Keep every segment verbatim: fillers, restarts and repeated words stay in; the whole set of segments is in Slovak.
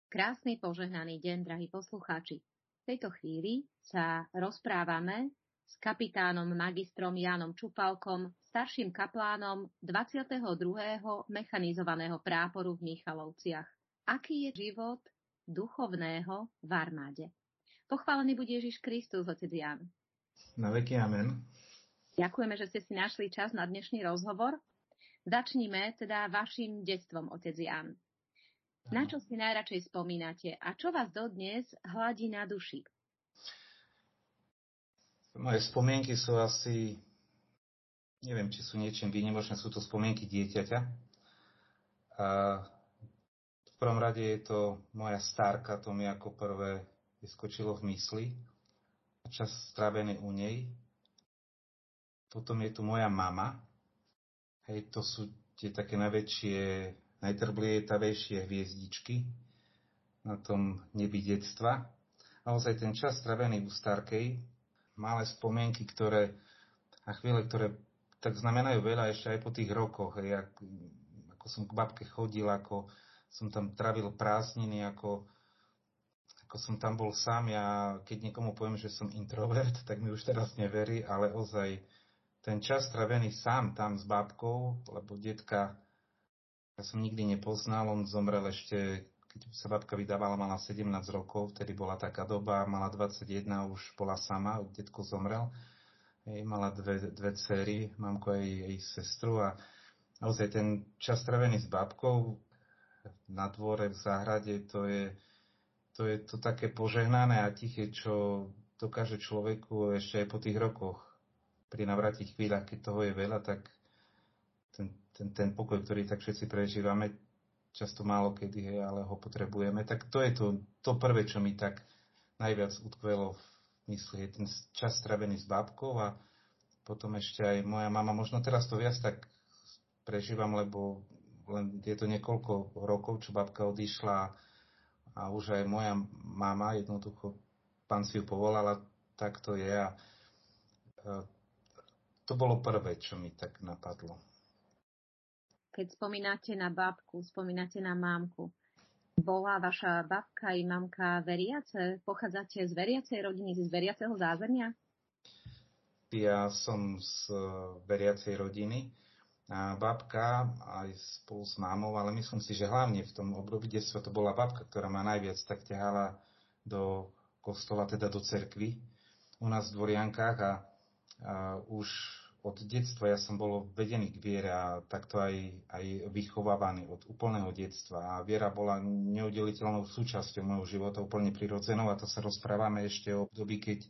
Krásny požehnaný deň, drahí poslucháči. V tejto chvíli sa rozprávame s kapitánom magistrom Jánom Čupalkom, starším kaplánom dvadsiateho druhého mechanizovaného práporu v Michalovciach. Aký je život duchovného v armáde? Pochválený bude Ježiš Kristus, otec Ján. Na veky amen. Ďakujeme, že ste si našli čas na dnešný rozhovor. Začnime teda vašim detstvom, otec Ján. Na čo si najradšej spomínate a čo vás dodnes hladí na duši? Moje spomienky sú asi, neviem, či sú niečím výnimočné, sú to spomienky dieťaťa. A v prvom rade je to moja starka, to mi ako prvé vyskočilo v mysli. Čas strávený u nej. Potom je tu moja mama. Hej, to sú tie také najväčšie, najtrblietavejšie hviezdičky na tom nebi detstva. Naozaj ten čas strávený u starkej, malé spomienky, ktoré a chvíle, ktoré tak znamenajú veľa ešte aj po tých rokoch. Hej, ako, ako som k babke chodil, ako som tam trávil prázdniny, ako, ako som tam bol sám. Ja keď niekomu poviem, že som introvert, tak mi už teraz neverí, ale ozaj ten čas strávený sám tam s babkou, lebo detka ja som nikdy nepoznal, on zomrel ešte, keď sa babka vydávala, mala sedemnásť rokov, vtedy bola taká doba, mala dvadsaťjeden, už bola sama, detko zomrel. Jej, mala dve, dve dcery, mamko aj jej sestru a naozaj ten čas strávený s babkou na dvore, v záhrade, to je, to je to také požehnané a tiché, čo dokáže človeku ešte aj po tých rokoch pri navratých chvíľach, keď toho je veľa, tak ten, ten, ten pokoj, ktorý tak všetci prežívame, často málo kedy, hej, ale ho potrebujeme, tak to je to, to prvé, čo mi tak najviac utkvelo v mysli, je ten čas strávený s babkou a potom ešte aj moja mama, možno teraz to viac tak prežívam, lebo len je to niekoľko rokov, čo babka odišla a už aj moja mama, jednoducho pán si ju povolala, tak to je a, a to bolo prvé, čo mi tak napadlo. Keď spomínate na babku, spomínate na mámku, bola vaša babka i mamka veriace? Pochádzate z veriacej rodiny, z veriaceho zázemia? Ja som z veriacej rodiny. A babka aj spolu s mámou, ale myslím si, že hlavne v tom období detstva to bola babka, ktorá ma najviac tak ťahala do kostola, teda do cerkvy u nás v Dvoriankách a, a už od detstva ja som bol vedený k viere a takto aj, aj vychovávaný od úplného detstva. A viera bola neoddeliteľnou súčasťou môjho života, úplne prirodzenou a to sa rozprávame ešte o období, keď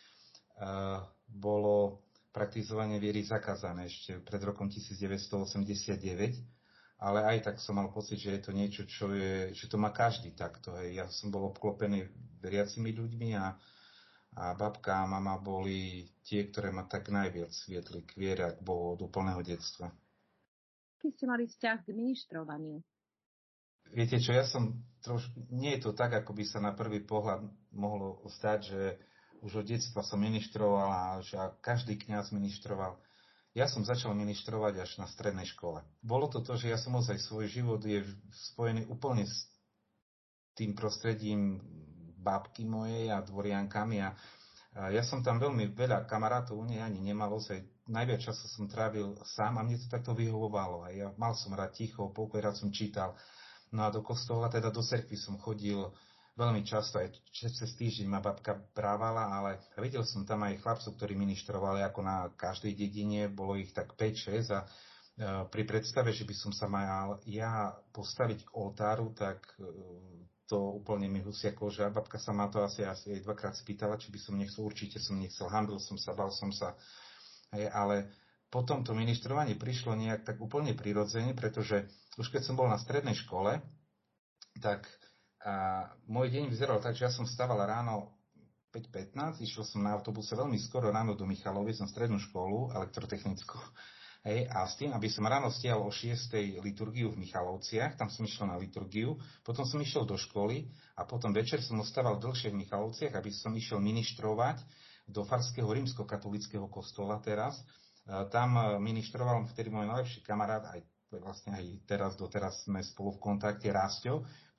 uh, bolo praktizovanie viery zakázané ešte pred rokom devätnásťstoosemdesiatdeväť, ale aj tak som mal pocit, že je to niečo, čo je, že to má každý takto. Hej. Ja som bol obklopený veriacimi ľuďmi a A babka a mama boli tie, ktoré ma tak najviac viedli k viere a k Bohu od úplného detstva. Aký ste mali vzťah k ministrovaniu? Viete čo, ja som trošku, nie je to tak, ako by sa na prvý pohľad mohlo stať, že už od detstva som ministroval a že každý kňaz ministroval. Ja som začal ministrovať až na strednej škole. Bolo to to, že ja som ozaj svoj život je spojený úplne s tým prostredím babky mojej a dvoriankami a ja som tam veľmi veľa kamarátov u nej ani nemal, ozaj najviac času som trávil sám a mne to takto vyhovovalo. Ja mal som rád ticho, pokoj, rád som čítal. No a do kostola, teda do cerkvy som chodil veľmi často, aj cez týždeň ma babka brávala, ale videl som tam aj chlapcov, ktorí ministrovali ako na každej dedine, bolo ich tak päť šesť a pri predstave, že by som sa mal ja postaviť k oltáru, tak to úplne mi husia koža. Babka sa ma to asi, asi aj dvakrát spýtala, či by som nechcel, určite som nechcel, hambil som sa, bal som sa. Hej, ale potom to ministrovanie prišlo nejak tak úplne prirodzene, pretože už keď som bol na strednej škole, tak a, môj deň vyzeral tak, že ja som vstával ráno päť pätnásť, išiel som na autobuse veľmi skoro ráno do Michaloviec na strednú školu elektrotechnickú. Hej, a s tým, aby som ráno stihal o šiestej liturgiu v Michalovciach, tam som išiel na liturgiu, potom som išiel do školy a potom večer som ostával dlhšie v Michalovciach, aby som išiel ministrovať do farského rímskokatolického kostola teraz. Tam ministroval vtedy môj najlepší kamarát, aj vlastne aj teraz, doteraz sme spolu v kontakte, Rásťo,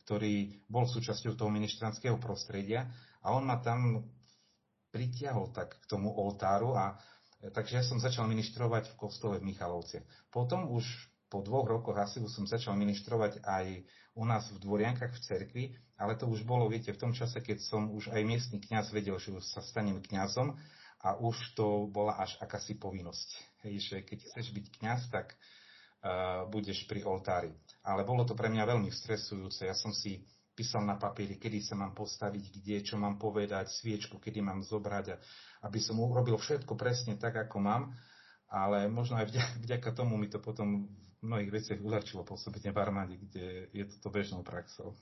ktorý bol súčasťou toho ministrantského prostredia a on ma tam pritiahol tak k tomu oltáru a takže ja som začal ministrovať v kostole v Michalovciach. Potom už po dvoch rokoch asi už som začal ministrovať aj u nás v Dvoriankach v cerkvi, ale to už bolo, viete, v tom čase, keď som už aj miestny kňaz vedel, že už sa stanem kňazom a už to bola až akási povinnosť. Hej, že keď chceš byť kňaz, tak uh, budeš pri oltári. Ale bolo to pre mňa veľmi stresujúce. Ja som si písal na papieri, kedy sa mám postaviť, kde, čo mám povedať, sviečku, kedy mám zobrať, aby som urobil všetko presne tak, ako mám. Ale možno aj vďaka, vďaka tomu mi to potom v mnohých veciach uľahčilo pôsobenie v armáde, kde je toto bežnou praxou.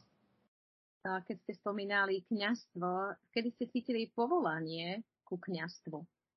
Keď ste spomínali kňazstvo, kedy ste cítili povolanie ku kňazstvu?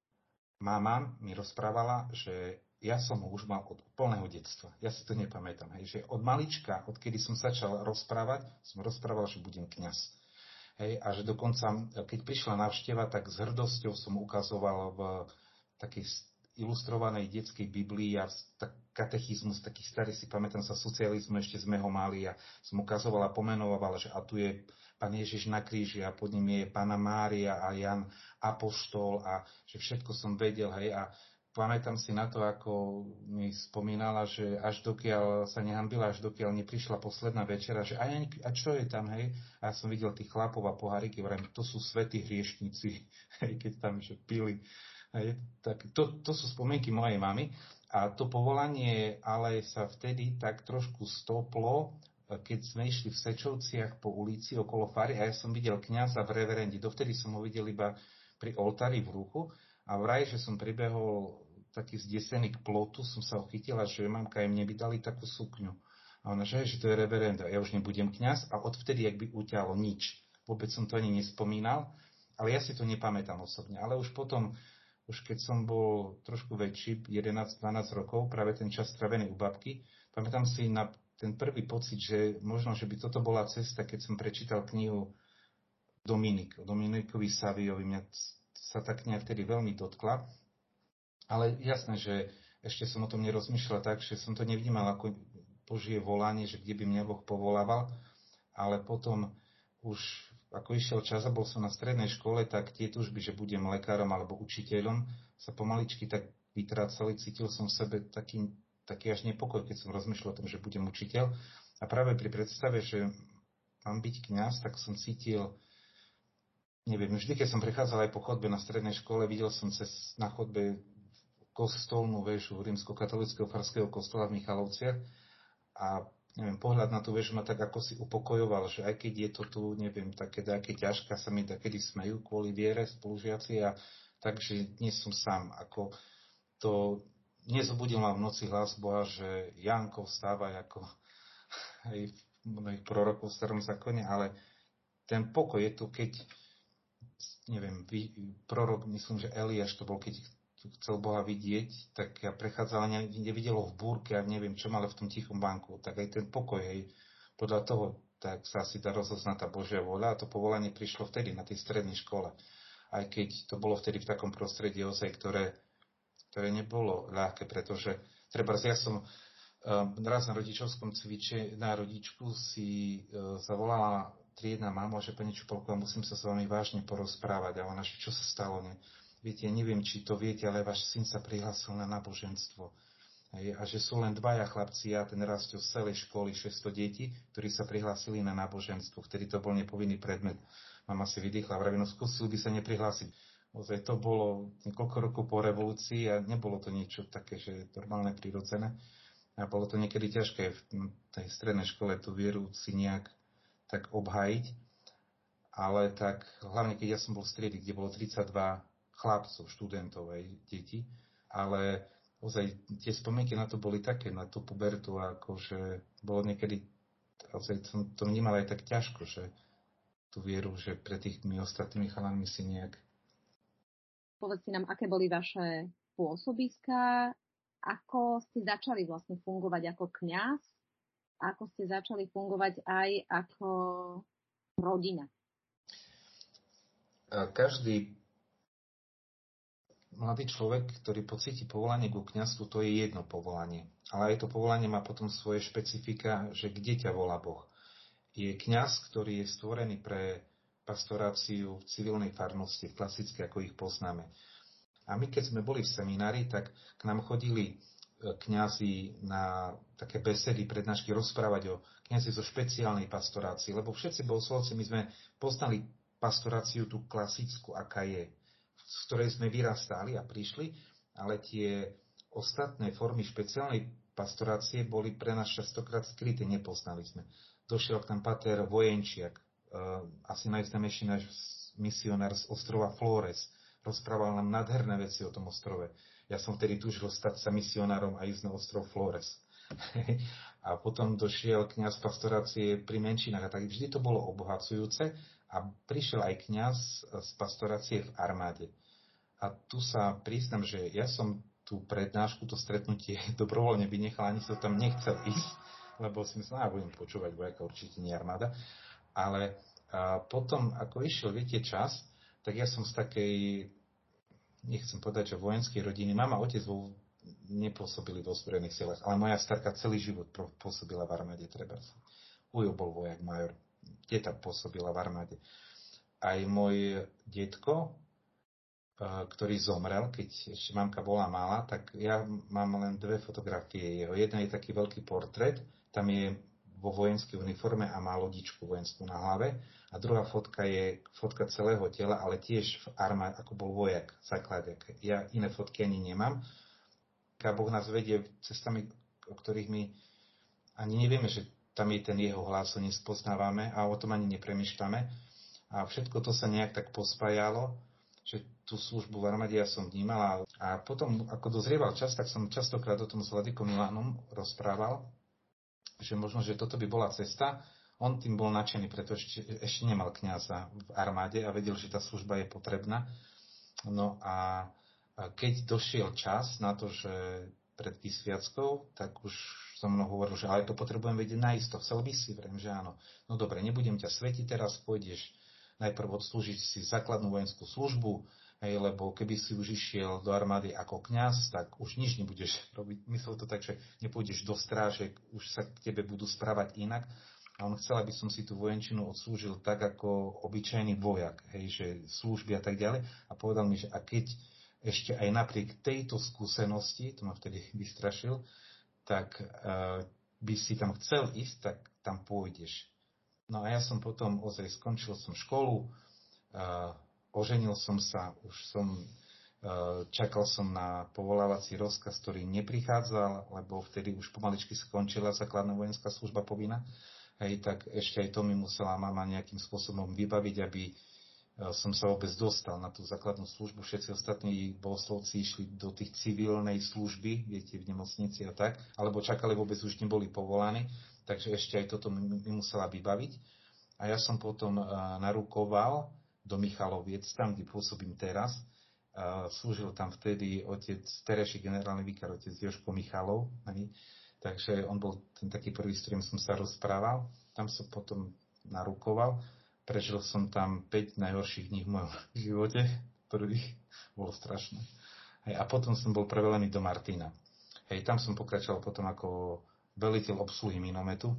Mama mi rozprávala, že ja som ho už mal od úplného detstva. Ja si to nepamätám. Hej, že od malička, odkedy som začal rozprávať, som rozprával, že budem kňaz. Hej, a že dokonca, keď prišla návšteva, tak s hrdosťou som ukazoval v takej ilustrovanej detskej Biblii a tak katechizmus, taký starý, si pamätám sa, socializmu ešte sme ho mali a som ukazoval a pomenoval, že a tu je Pán Ježiš na kríži a pod ním je Panna Mária a Jan apoštol a že všetko som vedel, hej, a pamätám si na to, ako mi spomínala, že až dokiaľ sa nehambila, až dokiaľ neprišla posledná večera, že a, a čo je tam, hej? A ja som videl tých chlapov a poháriky, vrajím, to sú svätí hriešnici, hej, keď tam že pili. Hej, tak to, to sú spomienky mojej mamy a to povolanie ale sa vtedy tak trošku stoplo, keď sme išli v Sečovciach po ulici okolo fary a ja som videl kňaza v reverendi. Dovtedy som ho videl iba pri oltári v ruchu a vraj, že som pribehol taký zdesený k plotu, som sa ho chytila, že mamka im neby dali takú sukňu. A ona, že, že to je reverenda, ja už nebudem kňaz a odvtedy, jak by uťalo nič. Vôbec som to ani nespomínal, ale ja si to nepamätám osobne. Ale už potom už keď som bol trošku väčší, jedenásť dvanásť rokov, práve ten čas stravený u babky, pamätám si na ten prvý pocit, že možno, že by toto bola cesta, keď som prečítal knihu Dominik, Dominikovi Saviovi. Mňa sa tá kniha vtedy veľmi dotkla, ale jasné, že ešte som o tom nerozmýšľal tak, že som to nevnímal ako Božie volanie, že kde by mňa Boh povolával, ale potom už ako išiel čas a bol som na strednej škole, tak tie tužby, že budem lekárom alebo učiteľom, sa pomaličky tak vytrácali. Cítil som v sebe taký, taký až nepokoj, keď som rozmýšľal o tom, že budem učiteľ. A práve pri predstave, že mám byť kňaz, tak som cítil, neviem, vždy, keď som prechádzal aj po chodbe na strednej škole, videl som cez na chodbe kostolnú väžu rímskokatolického farského kostola v Michalovciach a neviem, pohľad na tú väžu ma tak ako si upokojoval, že aj keď je to tu, neviem, také také ťažká, sa mi takedy smejú kvôli viere spolužiaci a takže nie som sám. Ako to nezobudil ma v noci hlas Boha, že Janko, vstávaj ako aj mnohých prorokov v starom zákone, ale ten pokoj je tu, keď neviem, prorok, myslím, že Eliáš to bol, keď chcel Boha vidieť, tak ja prechádzal, nevidel ho v búrke a neviem čo, ale v tom tichom banku. Tak aj ten pokoj, hej, podľa toho, tak sa asi dá rozoznať tá Božia vôľa a to povolanie prišlo vtedy na tej strednej škole. Aj keď to bolo vtedy v takom prostredí ozaj, ktoré, ktoré nebolo ľahké, pretože treba, ja som um, raz na rodičovskom cviče, na rodičku si uh, zavolala triedna mama, že pani Čupolková, musím sa s vami vážne porozprávať. A ona, že čo sa stalo, ne? Viete, neviem, či to viete, ale váš syn sa prihlásil na náboženstvo. Hej, a že sú len dvaja chlapci a ten rastie z celej školy, šesťsto detí, ktorí sa prihlásili na náboženstvo. Vtedy to bol nepovinný predmet. Mama si vydýchla, vraví, no skúsil by sa neprihlásiť. Ozaj to bolo niekoľko rokov po revolúcii a nebolo to niečo také, že normálne, prirodzené. A bolo to niekedy ťažké v tej strednej škole tú vieru si nejak tak obhájiť. Ale tak, hlavne keď ja som bol v striede, kde bolo tridsaťdva chlapcov, študentov aj detí, ale ozaj tie spomienky na to boli také, na tú pubertu, ako že bolo niekedy, ozaj som to vnímal aj tak ťažko, že tú vieru, že pre tými ostatnými chalami si nejak. Povedzte nám, aké boli vaše pôsobiská, ako ste začali vlastne fungovať ako kňaz, ako ste začali fungovať aj ako rodina. Každý mladý človek, ktorý pocíti povolanie ku kňazstvu, to je jedno povolanie. Ale aj to povolanie má potom svoje špecifika, že kde ťa volá Boh. je kňaz, ktorý je stvorený pre pastoráciu v civilnej farnosti, klasicky ako ich poznáme. A my keď sme boli v seminári, tak k nám chodili kňazi na také besedy, prednášky rozprávať o kňazi zo špeciálnej pastorácii, lebo všetci bohoslovci my sme poznali pastoráciu tú klasickú, aká je, z ktorej sme vyrastali a prišli, ale tie ostatné formy špeciálnej pastorácie boli pre nás častokrát skryté, nepoznali sme. Došiel k nám pater Vojenčiak, asi najznámejší náš misionár z ostrova Flores, rozprával nám nádherné veci o tom ostrove. Ja som vtedy túžil stať sa misionárom a ísť na ostrov Flores. A potom došiel kňaz pastorácie pri menšinách a tak vždy to bolo obohacujúce a prišiel aj kňaz z pastorácie v armáde. A tu sa priznam, že ja som tú prednášku, to stretnutie dobrovoľne vynechal, ani som tam nechcel ísť, lebo si myslel, že budem počúvať vojaka, určite nie armáda. Ale a potom, ako išiel, viete, čas, tak ja som z takej, nechcem povedať, že vojenskej rodiny, mama, otec vo, nepôsobili vo ozbrojených silách, ale moja starka celý život pôsobila v armáde, treba sa. Ujo bol vojak, major, teta pôsobila v armáde. Aj môj detko, ktorý zomrel, keď ešte mamka bola malá, tak ja mám len dve fotografie jeho. Jedna je taký veľký portrét, tam je vo vojenskej uniforme a má lodičku vojenskú na hlave. A druhá fotka je fotka celého tela, ale tiež v armáde, ako bol vojak, základiak. Ja iné fotky ani nemám. A Boh nás vedie cestami, o ktorých my ani nevieme, že tam je ten jeho hlas, ho nespoznávame a o tom ani nepremýšľame. A všetko to sa nejak tak pospájalo, že tú službu v armáde ja som vnímal. A potom, ako dozrieval čas, tak som častokrát o tom s Vladikom Milanom rozprával, že možno, že toto by bola cesta. On tým bol nadšený, pretože ešte, ešte nemal kňaza v armáde a vedel, že tá služba je potrebná. No a keď došiel čas na to, že pred vysviackou, tak už som mnou hovoril, že ale to potrebujem vedieť naisto. Chcel by si, vrem, že áno. No dobre, nebudem ťa svetiť teraz, pôjdeš najprv odslúžiť si základnú vojenskú službu, hej, lebo keby si už išiel do armády ako kňaz, tak už nič nebudeš robiť. Myslel to tak, že nepôjdeš do stráže, už sa k tebe budú správať inak. A on chcel, aby som si tú vojenčinu odslúžil tak, ako obyčajný vojak, hej, že služby a tak ďalej. A povedal mi, že a keď ešte aj napriek tejto skúsenosti, to ma vtedy vystrašil, tak uh, by si tam chcel ísť, tak tam pôjdeš. No a ja som potom ozaj skončil som školu, uh, oženil som sa, už som, uh, čakal som na povolávací rozkaz, ktorý neprichádzal, lebo vtedy už pomaličky skončila základná vojenská služba povinná. Hej, tak ešte aj to mi musela mama nejakým spôsobom vybaviť, aby uh, som sa vôbec dostal na tú základnú službu. Všetci ostatní bohoslovci išli do tých civilnej služby, viete, v nemocnici a tak, alebo čakali, vôbec už neboli povolaní. Takže ešte aj toto mi, mi musela vybaviť. A ja som potom uh, narukoval do Michaloviec, tam, kde pôsobím teraz. Uh, slúžil tam vtedy otec, terajší generálny vikár, otec Jožko Michalov. Ani. Takže on bol ten taký prvý, s ktorým som sa rozprával. Tam som potom narukoval. Prežil som tam päť najhorších dní v mojom živote. Prvých bolo strašné. Hej, a potom som bol prevelený do Martina. Hej, tam som pokračoval potom ako veliteľ obsluhy minometu.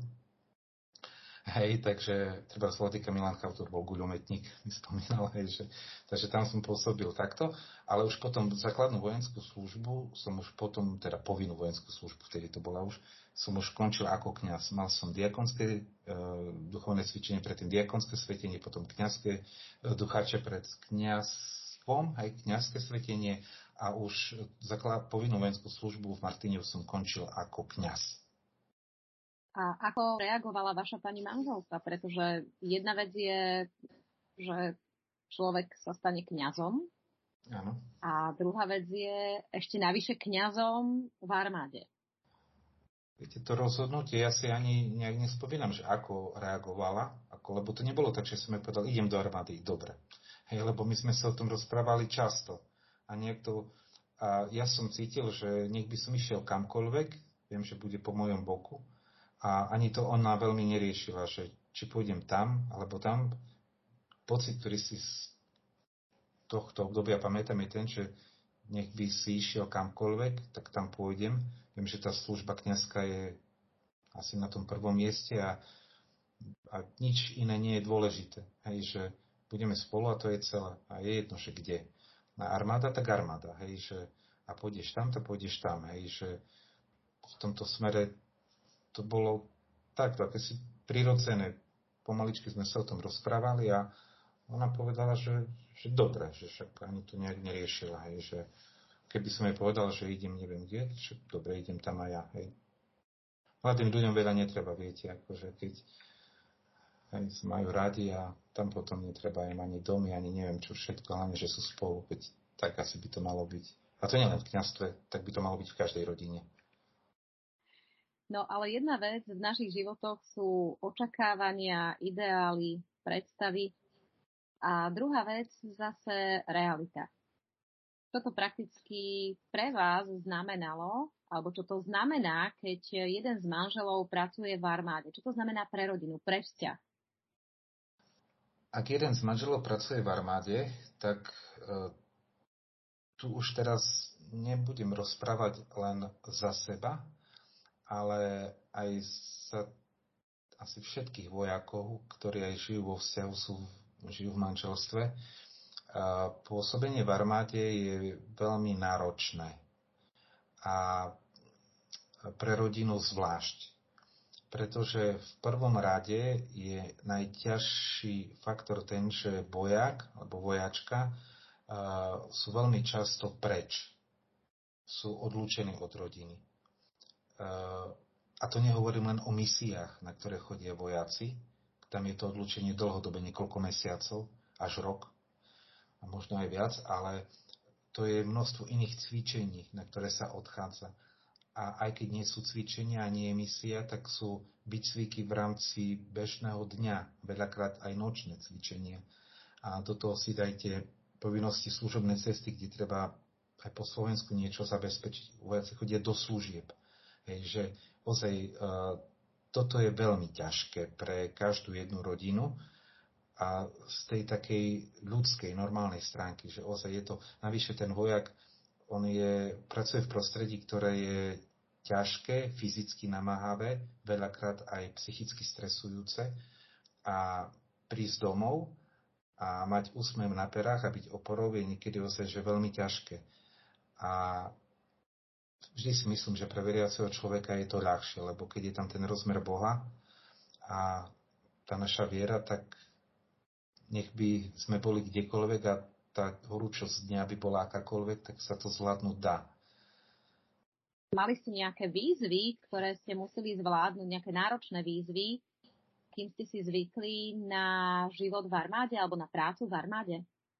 Hej, takže treba z Vladika Milanka, to bol guľometník, mi spomínal, hej, že, takže tam som pôsobil takto, ale už potom základnú vojenskú službu som už potom, teda povinnú vojenskú službu, vtedy to bola už, som už končil ako kňaz. Mal som diakonské e, duchovné cvičenie, predtým diakonské svetenie, potom kňazské e, ducháče pred kňazstvom, aj kňazské svetenie a už základ, povinnú vojenskú službu v Martine som končil ako kňaz. A ako reagovala vaša pani manželka? Pretože jedna vec je, že človek sa stane kňazom. Áno. A druhá vec je ešte navyše kňazom v armáde. Viete, to rozhodnutie, ja si ani nejak nespomínam, že ako reagovala, ako, lebo to nebolo tak, že som jej povedal, idem do armády, dobre. Hej, lebo my sme sa o tom rozprávali často. A niekto, a ja som cítil, že nech by som išiel kamkoľvek, viem, že bude po mojom boku. A ani to ona veľmi neriešila, že či pôjdem tam, alebo tam. Pocit, ktorý si z tohto obdobia pamätám, je ten, že nech by si išiel kamkoľvek, tak tam pôjdem. Viem, že tá služba kňazská je asi na tom prvom mieste a a nič iné nie je dôležité. Hej, že budeme spolu a to je celé. A je jedno, že kde. Na armáda, tak armáda. Hej, že a pôjdeš tam, to pôjdeš tam. Hej, že v tomto smere to bolo takto, aké si prirodzené. Pomaličky sme sa o tom rozprávali a ona povedala, že, že dobre, že však ani to nejak neriešila. Hej, že keby som jej povedal, že idem neviem kde, že dobre, idem tam aj ja. Hej. Mladým ľuďom veľa netreba, viete, akože keď hej, majú radi a tam potom netreba im ani domy, ani neviem čo všetko, hlavne, že sú spolu, veď tak asi by to malo byť. A to nielen v kňazstve, tak by to malo byť v každej rodine. No ale jedna vec v našich životoch sú očakávania, ideály, predstavy a druhá vec zase realita. Čo to prakticky pre vás znamenalo, alebo čo to znamená, keď jeden z manželov pracuje v armáde? Čo to znamená pre rodinu, pre vzťah? Ak jeden z manželov pracuje v armáde, tak e, tu už teraz nebudem rozprávať len za seba, ale aj za asi všetkých vojakov, ktorí aj žijú vo vzťahu, sú, žijú v manželstve. A pôsobenie v armáde je veľmi náročné a pre rodinu zvlášť. Pretože v prvom rade je najťažší faktor ten, že vojak alebo vojačka uh, sú veľmi často preč. Sú odlúčení od rodiny. Uh, a to nehovorím len o misiách, na ktoré chodia vojaci. Tam je to odlúčenie dlhodobé, niekoľko mesiacov, až rok. A možno aj viac, ale to je množstvo iných cvičení, na ktoré sa odchádza. A aj keď nie sú cvičenia a nie je misia, tak sú výcviky v rámci bežného dňa, veľakrát aj nočné cvičenia. A do toho si dajte povinnosti služobnej cesty, kde treba aj po Slovensku niečo zabezpečiť. Vojaci chodia do služieb. Hej, že ozaj e, toto je veľmi ťažké pre každú jednu rodinu a z tej takej ľudskej, normálnej stránky, že ozaj je to, navyše ten vojak, on je, pracuje v prostredí, ktoré je ťažké, fyzicky namáhavé, veľakrát aj psychicky stresujúce a prísť domov a mať úsmev na perách a byť oporou je niekedy ozaj, že veľmi ťažké. A vždy si myslím, že pre veriaceho človeka je to ľahšie, lebo keď je tam ten rozmer Boha a tá naša viera, tak nech by sme boli kdekoľvek a tá horúčosť dňa by bola akákoľvek, tak sa to zvládnuť dá. Mali ste nejaké výzvy, ktoré ste museli zvládnuť, nejaké náročné výzvy, kým ste si zvykli na život v armáde alebo na prácu v armáde?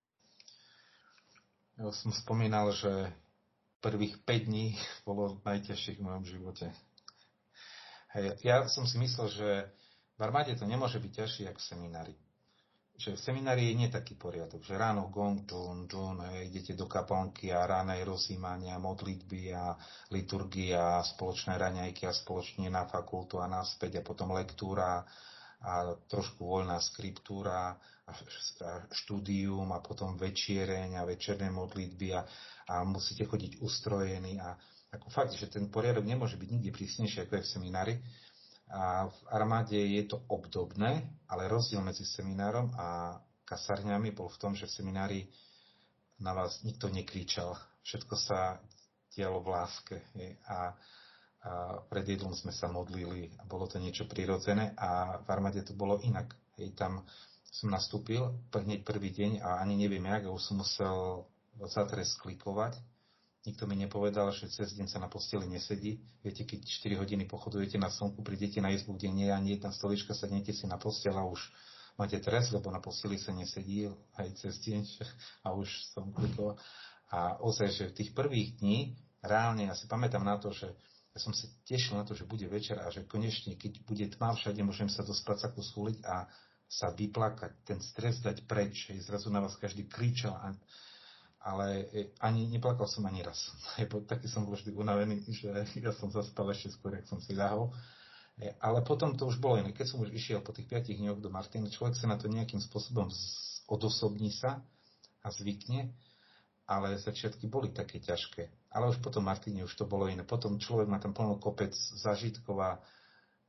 Ja som spomínal, že prvých päť dní bolo najťažších v mojom živote. Hej, ja som si myslel, že v armáde to nemôže byť ťažšie, ako v seminári. Že v seminári nie je taký poriadok, že ráno gong, džun, džun, hej, idete do kaplnky a ránej rozjímania, modlitby a liturgia, spoločné raňajky a spoločne na fakultu a naspäť a potom lektúra a trošku voľná skriptúra a štúdium a potom večiereň a večerné modlitby a, a musíte chodiť ustrojení a ako fakt, že ten poriadok nemôže byť nikde prísnejší, ako je v seminári. A v armáde je to obdobné, ale rozdiel medzi seminárom a kasarňami bol v tom, že v seminári na vás nikto nekričal. Všetko sa dialo v láske. A, a pred jedlom sme sa modlili a bolo to niečo prirodzené a v armáde to bolo inak. Hej, tam som nastúpil hneď prvý deň a ani neviem jak, už som musel zatres klikovať. Nikto mi nepovedal, že cez deň sa na posteli nesedí. Viete, keď štyri hodiny pochodujete na slnku, prídete na izbu, kde nie je ani jedna stolička, sadnete si na posteľ a už máte tres, lebo na posteli sa nesedí aj cez deň a už som klikoval. A ozaj, že v tých prvých dní, reálne, ja si pamätám na to, že ja som sa tešil na to, že bude večer a že konečne, keď bude tma všade, môžem sa do spacáku schúliť a sa vyplakať, ten stres dať preč. Zrazu na vás každý kričal a ale ani neplakal som ani raz. Taký som bol vždy unavený, že ja som zaspal ešte skôr, jak som si ľahol. Ale potom to už bolo iné. Keď som už išiel po tých piatich dňoch do Martina, človek sa na to nejakým spôsobom odosobní sa a zvykne, ale začiatky boli také ťažké. Ale už potom Martine už to bolo iné. Potom človek má tam plno kopec zážitkov a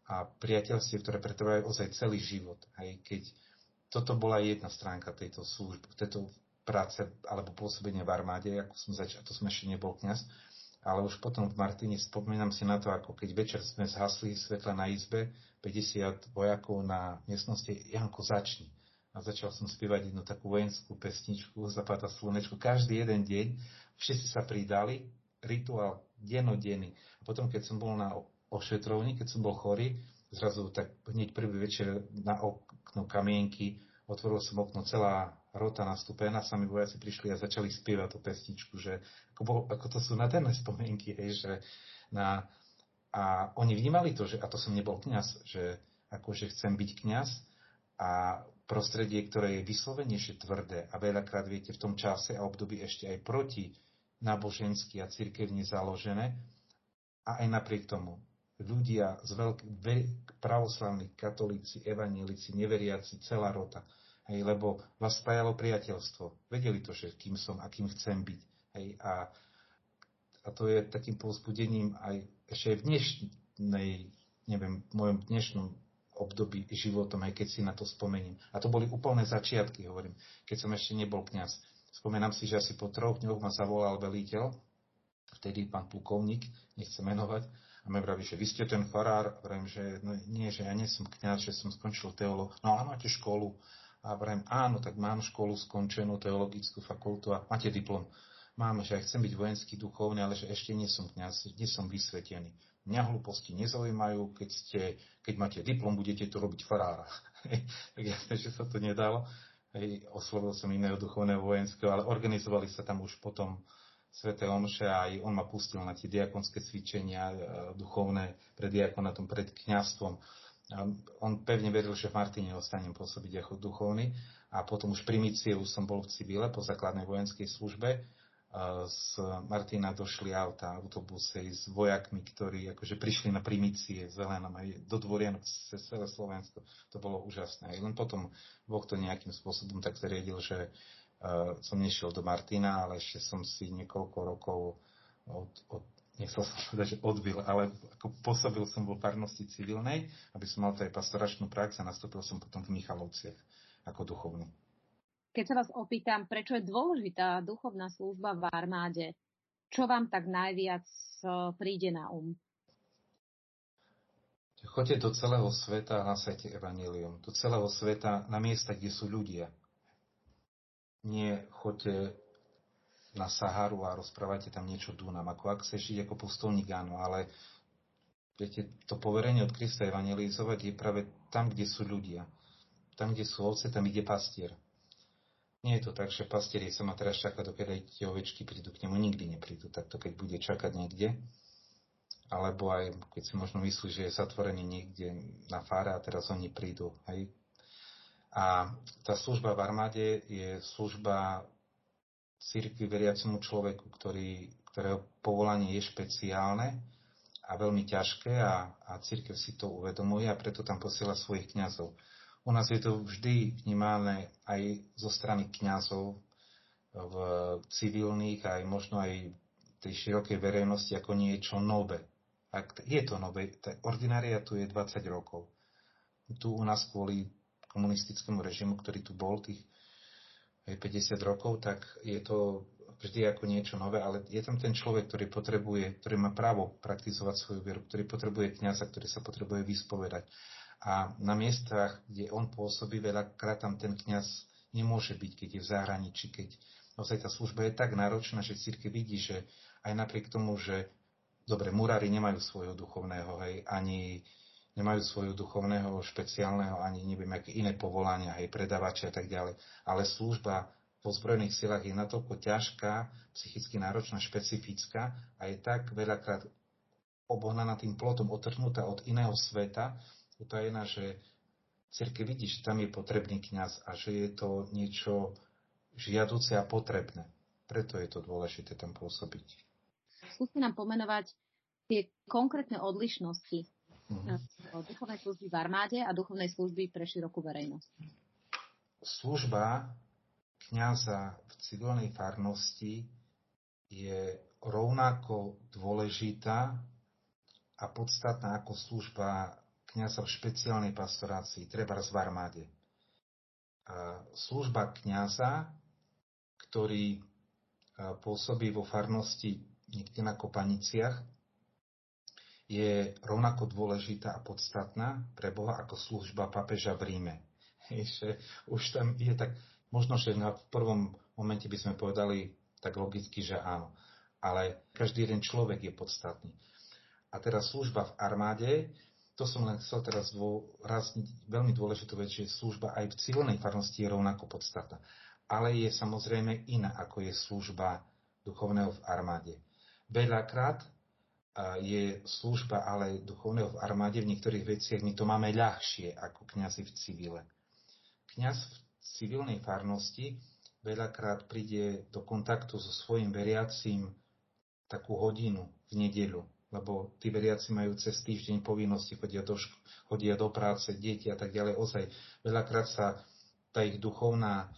a priateľstiev, ktoré pretrvajú ozaj celý život. Hej, keď toto bola jedna stránka tejto služby, tejto práce alebo pôsobenia v armáde, ako som začal, to som ešte nebol kňaz, ale už potom v Martine spomínam si na to, ako keď večer sme zhasli svetla na izbe, päťdesiat vojakov na miestnosti, Janko, začni. A začal som spievať jednu takú vojenskú pesničku, Zapadá slnečko, každý jeden deň, všetci sa pridali, rituál dennodenný. A potom, keď som bol na ošetrovni, keď som bol chorý, zrazu tak hneď prvý večer na okno kamienky, otvoril som okno, celá rota nastúpená, sami vojaci prišli a začali spievať tú pesničku, že ako, bol, ako to sú nádherné spomienky, hej, že na, a oni vnímali to, že, a to som nebol kňaz, že akože chcem byť kňaz a prostredie, ktoré je vyslovenejšie tvrdé a veľakrát, viete, v tom čase a období ešte aj proti nábožensky a cirkevne založené a aj napriek tomu ľudia z veľk- pravoslavní, katolíci, evanjelici, neveriaci, celá rota. Hej, lebo vás spájalo priateľstvo. Vedeli to, že kým som a kým chcem byť. Hej, a, a to je takým povzbudením aj ešte aj v dnešnej, neviem, v mojom dnešnom období životom, aj keď si na to spomením. A to boli úplné začiatky, hovorím, keď som ešte nebol kňaz. Spomínam si, že asi po troch dňoch ma zavolal veliteľ, vtedy pán plukovník, nechcem menovať, a mi vraví, že vy ste ten farár, vrajím, že no, nie, že ja nie som kňaz, že som skončil teológiu, no ale máte školu. A vrajím, áno, tak mám školu skončenú, teologickú fakultu a máte diplom. Mám, že aj chcem byť vojenský duchovný, ale že ešte nie som kňaz, nie som vysvetený. Mňa hlúposti nezaujímajú, keď, ste, keď máte diplom, budete to robiť farára. Tak jasne, že sa to nedalo. Hej, oslovil som iného duchovného vojenského, ale organizovali sa tam už potom sväté omše a aj on ma pustil na tie diakonské cvičenia e, duchovné pred diakonatom, pred kňazstvom. On pevne veril, že v Martine ostanem pôsobiť ako duchovný a potom už pri Micievu som bol v civile po základnej vojenskej službe. Z Martina došli auta, autobusy s vojakmi, ktorí akože prišli na primície zelenom aj do Dvorianok cez celé Slovensko. To bolo úžasné. Len potom Boh to nejakým spôsobom tak zariadil, že uh, som nešiel do Martina, ale ešte som si niekoľko rokov od, od nechcel som povedať, že odbil, ale ako pôsobil som vo farnosti civilnej, aby som mal to aj pastoračnú prax a nastúpil som potom v Michalovciach ako duchovný. Keď sa vás opýtam, prečo je dôležitá duchovná služba v armáde, čo vám tak najviac príde na um? Choďte do celého sveta a hlasajte evanjelium. Do celého sveta na miesta, kde sú ľudia. Nie choďte na Saharu a rozprávajte tam niečo Dunam. Ako ak chceš žiť ako pustovník, áno, ale viete, to poverenie od Krista evangelizovať je práve tam, kde sú ľudia. Tam, kde sú ovce, tam ide pastier. Nie je to tak, že pastieri sa ma teraz čaká, dokedy aj tie ovečky prídu k nemu, nikdy neprídu. Takto keď bude čakať niekde, alebo aj keď si možno myslí, že je zatvorený niekde na fáre a teraz oni prídu. Hej. A tá služba v armáde je služba cirkvi veriacemu človeku, ktorý, ktorého povolanie je špeciálne a veľmi ťažké a, a cirkev si to uvedomuje a preto tam posiela svojich kňazov. U nás je to vždy vnímané aj zo strany kňazov v civilných aj možno aj tej širokej verejnosti ako niečo nové. Ak je to nové, ordinária tu je dvadsať rokov. Tu u nás kvôli komunistickému režimu, ktorý tu bol tých päťdesiat rokov, tak je to vždy ako niečo nové, ale je tam ten človek, ktorý potrebuje, ktorý má právo praktizovať svoju vieru, ktorý potrebuje kňaza, ktorý sa potrebuje vyspovedať. A na miestach, kde on pôsobí, veľakrát tam ten kňaz nemôže byť, keď je v zahraničí, keď naozaj tá služba je tak náročná, že cirkev vidí, že aj napriek tomu, že dobre, murári nemajú svojho duchovného, hej, ani nemajú svojho duchovného špeciálneho, ani neviem, aké iné povolania, hej, predávači a tak ďalej. Ale služba v ozbrojených silách je natoľko ťažká, psychicky náročná, špecifická a je tak veľakrát obohnaná tým plotom, otrhnutá od iného sveta, utajená, že cirkev vidí, že tam je potrebný kňaz a že je to niečo žiaduce a potrebné. Preto je to dôležité tam pôsobiť. Skúste nám pomenovať tie konkrétne odlišnosti mm-hmm. duchovnej služby v armáde a duchovnej služby pre širokú verejnosť. Služba kňaza v civilnej farnosti je rovnako dôležitá a podstatná ako služba kňaza v špeciálnej pastorácii, treba v armáde. A služba kňaza, ktorý pôsobí vo farnosti niekde na Kopaniciach, je rovnako dôležitá a podstatná pre Boha ako služba pápeža v Ríme. Že už tam je tak, možno, že na prvom momente by sme povedali tak logicky, že áno. Ale každý jeden človek je podstatný. A teraz služba v armáde, to som len chcel teraz dôrazniť veľmi dôležitú vec, že služba aj v civilnej farnosti je rovnako podstatná. Ale je samozrejme iná, ako je služba duchovného v armáde. Veľakrát je služba ale duchovného v armáde v niektorých veciach, my to máme ľahšie ako kňazi v civile. Kňaz v civilnej farnosti veľakrát príde do kontaktu so svojím veriacím takú hodinu v nedeľu, lebo tí veriaci majú cez týždeň povinnosti, chodia do, šk- chodia do práce, deti a tak ďalej. Ozaj veľakrát sa tá ich duchovná,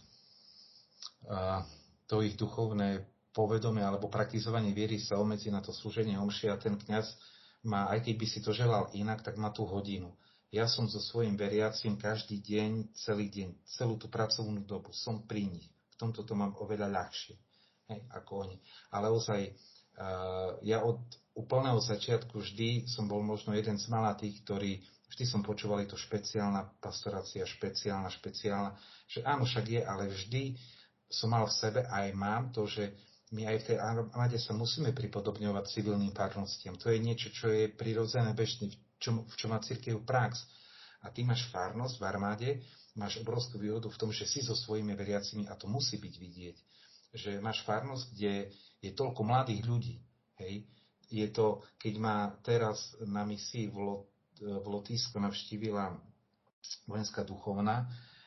to ich duchovné povedomie alebo praktizovanie viery sa obmedzí na to slúženie omši a ten kňaz má, aj keď by si to želal inak, tak má tú hodinu. Ja som so svojím veriacím každý deň, celý deň, celú tú pracovnú dobu, som pri nich. V tomto to mám oveľa ľahšie, hej, ako oni. Ale ozaj, uh, ja od úplného začiatku vždy som bol možno jeden z malá tých, ktorí vždy som počúvali to špeciálna pastorácia, špeciálna, špeciálna, že áno, však je, ale vždy som mal v sebe a aj mám to, že my aj v tej armáde sa musíme pripodobňovať civilným farnostiam. To je niečo, čo je prirodzené, bežné, v čom, v čom má cirkev prax. A ty máš farnosť v armáde, máš obrovskú výhodu v tom, že si so svojimi veriacimi, a to musí byť vidieť, že máš farnosť, kde je toľko mladých ľudí. Hej. Je to, keď ma teraz na misii v, Lot, v Lotyšsku navštívila vojenská duchovná,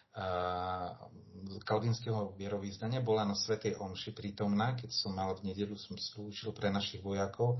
kalvinského vierovyznania, bola na svätej omši prítomná, keď som mal v nedeľu, som slúžil pre našich vojakov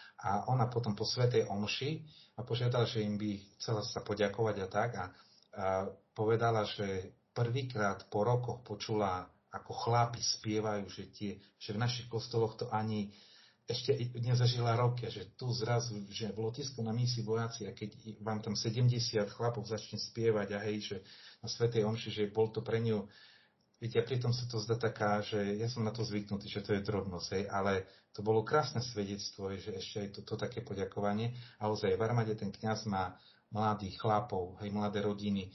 a ona potom po svätej omši ma požiadala, že im by chcela sa poďakovať a tak a, a povedala, že prvýkrát po rokoch počula, ako chlapi spievajú, že, tie, že v našich kostoloch to ani ešte nezažila roky, že tu zrazu, že v Lotyšsku na misii vojaci, a keď vám tam sedemdesiat chlapov začne spievať a hej, že na svätej omši, že bol to pre ňu, viete, a pritom sa to zdá taká, že ja som na to zvyknutý, že to je drobnosť, hej, ale to bolo krásne svedectvo, že ešte aj toto to také poďakovanie. A ozaj v armáde ten kňaz má mladých chlapov, hej, mladé rodiny.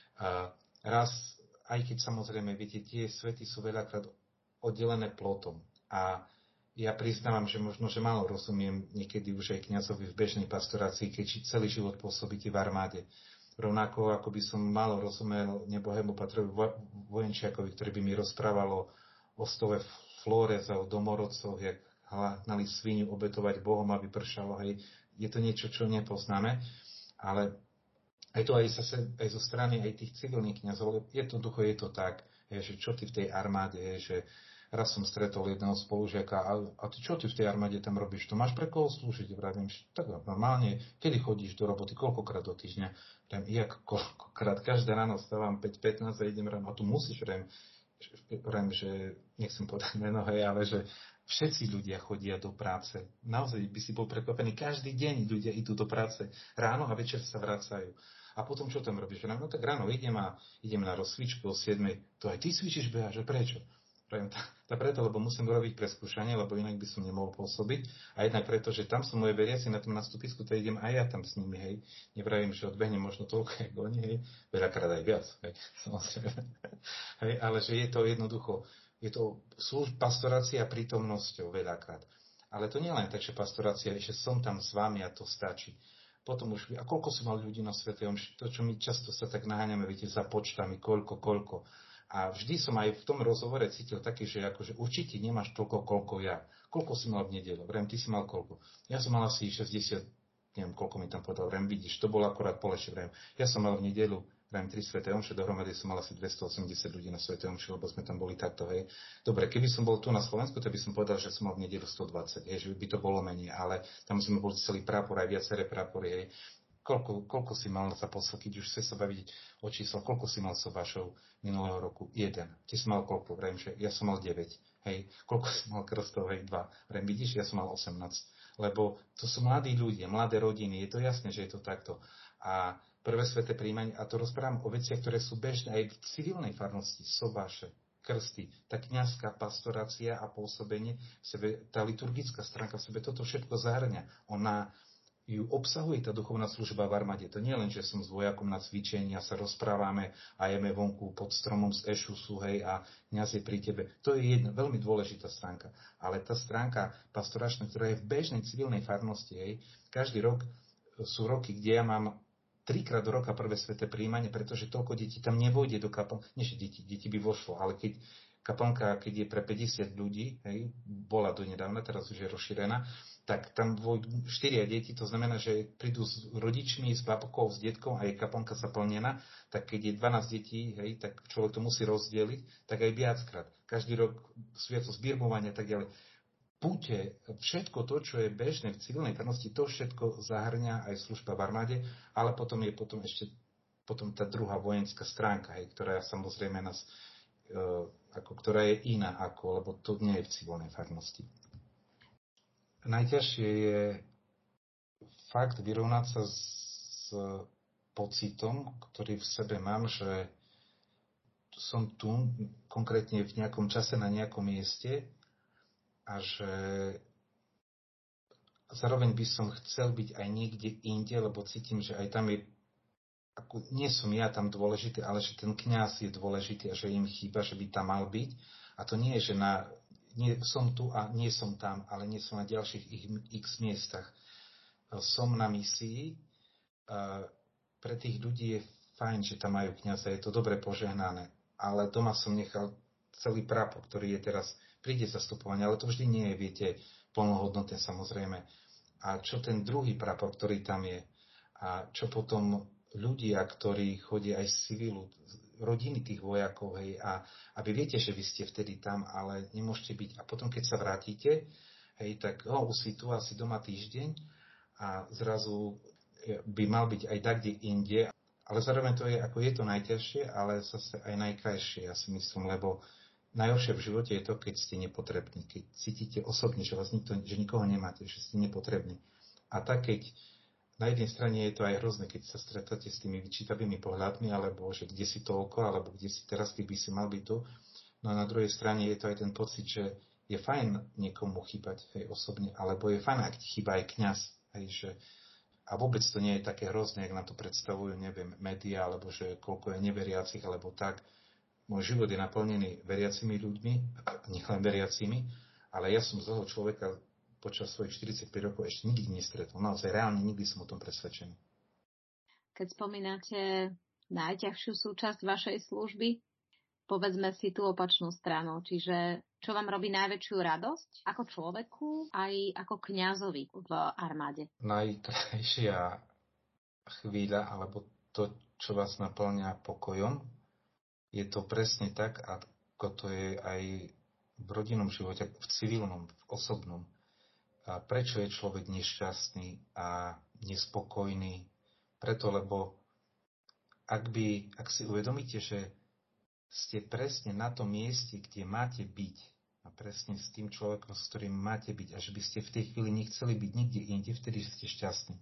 A raz, aj keď samozrejme, viete, tie svety sú veľakrát oddelené plotom. A ja priznávam, že možno, že málo rozumiem niekedy už aj kňazovi v bežnej pastorácii, keď celý život pôsobíte v armáde. Rovnako ako by som málo rozumel nebohému patrovi Vojenčiakovi, ktorý by mi rozprávalo o stove Flóreza, o domorodcoch, jak hnali svinu obetovať Bohom, aby pršalo. Hej. Je to niečo, čo nepoznáme, ale aj to aj, zase, aj zo strany aj tých civilných kňazov, jednoducho je to tak, že čo ty v tej armáde, že raz som stretol jedného spolužiaka a, a ty čo ty v tej armáde tam robíš? To máš pre koho slúžiť? Vravím, tak normálne, kedy chodíš do roboty? Koľkokrát do týždňa? Vravím, jak koľkokrát? Každé ráno stávam päť pätnásť a idem ráno. A tu musíš, vravím, vravím, že nechcem povedať meno, hej, ale že všetci ľudia chodia do práce. Naozaj by si bol prekvapený. Každý deň ľudia idú do práce. Ráno a večer sa vracajú. A potom čo tam robíš? Vravím, no tak ráno idem a idem na rozcvičku o siedmej. To aj ty cvičíš, Beha, že prečo? Pravím, tá preto, lebo musím urobiť preskúšanie, lebo inak by som nemohol pôsobiť. A jednak preto, že tam sú moje veriaci na tom nastupisku, to idem aj ja tam s nimi, hej. Nevravím, že odbehnem možno toľko, ako oni, hej. Veľakrát aj viac, hej. Samozrejme. Hej, ale že je to jednoducho, je to služba pastorácia prítomnosťou veľakrát. Ale to nie len tak, že pastorácia, že som tam s vami a to stačí. Potom už, a koľko som mal ľudí na svätej omši, to, čo my často sa tak naháňame, viete, za počtami, koľko, koľko. A vždy som aj v tom rozhovore cítil taký, že akože určite nemáš toľko, koľko ja. Koľko si mal v nedeľu? Vrem, ty si mal koľko? Ja som mal asi šesťdesiat, neviem, koľko mi tam povedal. Vrem, vidíš, to bolo akorát poleše. Vrem, ja som mal v nedeľu, vrem, tri sväté omše, dohromady som mal asi dvestoosemdesiat ľudí na sväté omši, lebo sme tam boli takto, hej. Dobre, keby som bol tu na Slovensku, tak by som povedal, že som mal v nedeľu stodvadsať, hej, že by to bolo menej, ale tam sme boli celý prápor, aj viaceré prápory, hej. Koľko, koľko si mal za posled, keď už chce sa baviť o číslo, koľko si mal sobašov minulého roku? Jeden. Ty si mal koľko? Vrajím, že ja som mal deväť. Hej. Koľko si mal krstov? Hej, dva. Vrajím, vidíš, ja som mal osemnásť. Lebo to sú mladí ľudia, mladé rodiny. Je to jasné, že je to takto. A prvé sväté príjmanie, a to rozprávam o veciach, ktoré sú bežné aj v civilnej farnosti, sobáše, krsty, tá kňazská pastorácia a pôsobenie, v sebe, tá liturgická stránka v sebe toto všetko zahrňa. Ona ju obsahuje tá duchovná služba v armáde. To nie len, že som s vojakom na cvičení a sa rozprávame a jeme vonku pod stromom z ešusu, hej, a kňaz je pri tebe. To je jedna veľmi dôležitá stránka. Ale tá stránka pastoračná, ktorá je v bežnej civilnej farnosti, hej, každý rok sú roky, kde ja mám trikrát do roka prvé sväté príjmanie, pretože toľko detí tam nevojde do kaplnky. Nie, že deti, deti by vošlo, ale keď kaplnka, keď je pre päťdesiat ľudí, hej, bola donedávna, teraz už je rozšírená, tak tam vojdu štyria deti, to znamená, že prídu s rodičmi, s babkou, s detkom a je kaplnka zaplnená, tak keď je dvanásť detí, hej, tak človek to musí rozdeliť, tak aj viackrát. Každý rok sviatok zbirmovania a tak ďalej. Púte, všetko to, čo je bežné v civilnej farnosti, to všetko zahrňa aj služba v armáde, ale potom je potom ešte potom tá druhá vojenská stránka, hej, ktorá samozrejme nás, e, ako, ktorá je iná, ako, lebo to nie je v civilnej farnosti. Najťažšie je fakt vyrovnať sa s pocitom, ktorý v sebe mám, že som tu konkrétne v nejakom čase na nejakom mieste a že zároveň by som chcel byť aj niekde inde, lebo cítim, že aj tam je, ako, nie som ja tam dôležitý, ale že ten kňaz je dôležitý a že im chýba, že by tam mal byť. A to nie je, že na Nie, som tu a nie som tam, ale nie som na ďalších x miestach. Som na misii. Pre tých ľudí je fajn, že tam majú kňaza, je to dobre požehnané. Ale doma som nechal celý prapor, ktorý je teraz, príde zastupovanie, ale to vždy nie je, viete, plnohodnotné samozrejme. A čo ten druhý prapor, ktorý tam je? A čo potom ľudia, ktorí chodia aj z civilu, rodiny tých vojakov, hej, a, a vy viete, že vy ste vtedy tam, ale nemôžete byť. A potom, keď sa vrátite, hej, tak oh, už si tu asi doma týždeň a zrazu by mal byť aj tak, kde inde. Ale zároveň to je, ako je to najťažšie, ale zase aj najkrajšie, ja si myslím, lebo najhoršie v živote je to, keď ste nepotrební, keď cítite osobne, že vás nikto, že nikoho nemáte, že ste nepotrební. A tak, keď na jednej strane je to aj hrozné, keď sa stretáte s tými vyčítavými pohľadmi, alebo že kde si toľko, alebo kde si teraz, keď by si mal byť tu. No a na druhej strane je to aj ten pocit, že je fajn niekomu chýbať, hej, osobne, alebo je fajn, ak ti chýba aj kňaz, hej, že a vôbec to nie je také hrozné, jak nám to predstavujú, neviem, médiá, alebo že koľko je neveriacich, alebo tak. Môj život je naplnený veriacimi ľuďmi, nielen veriacimi, ale ja som zlého človeka počas svojich štyridsaťpäť rokov ešte nikdy nestretol. Naozaj reálne nikdy som o tom presvedčený. Keď spomínate najťažšiu súčasť vašej služby, povedzme si tú opačnú stranu. Čiže čo vám robí najväčšiu radosť ako človeku aj ako kňazovi v armáde? Najkrajšia chvíľa, alebo to, čo vás naplňa pokojom, je to presne tak, ako to je aj v rodinnom živote, v civilnom, v osobnom. A prečo je človek nešťastný a nespokojný? Preto, lebo ak, by, ak si uvedomíte, že ste presne na tom mieste, kde máte byť a presne s tým človekom, s ktorým máte byť a že by ste v tej chvíli nechceli byť nikde inde, vtedy ste šťastní.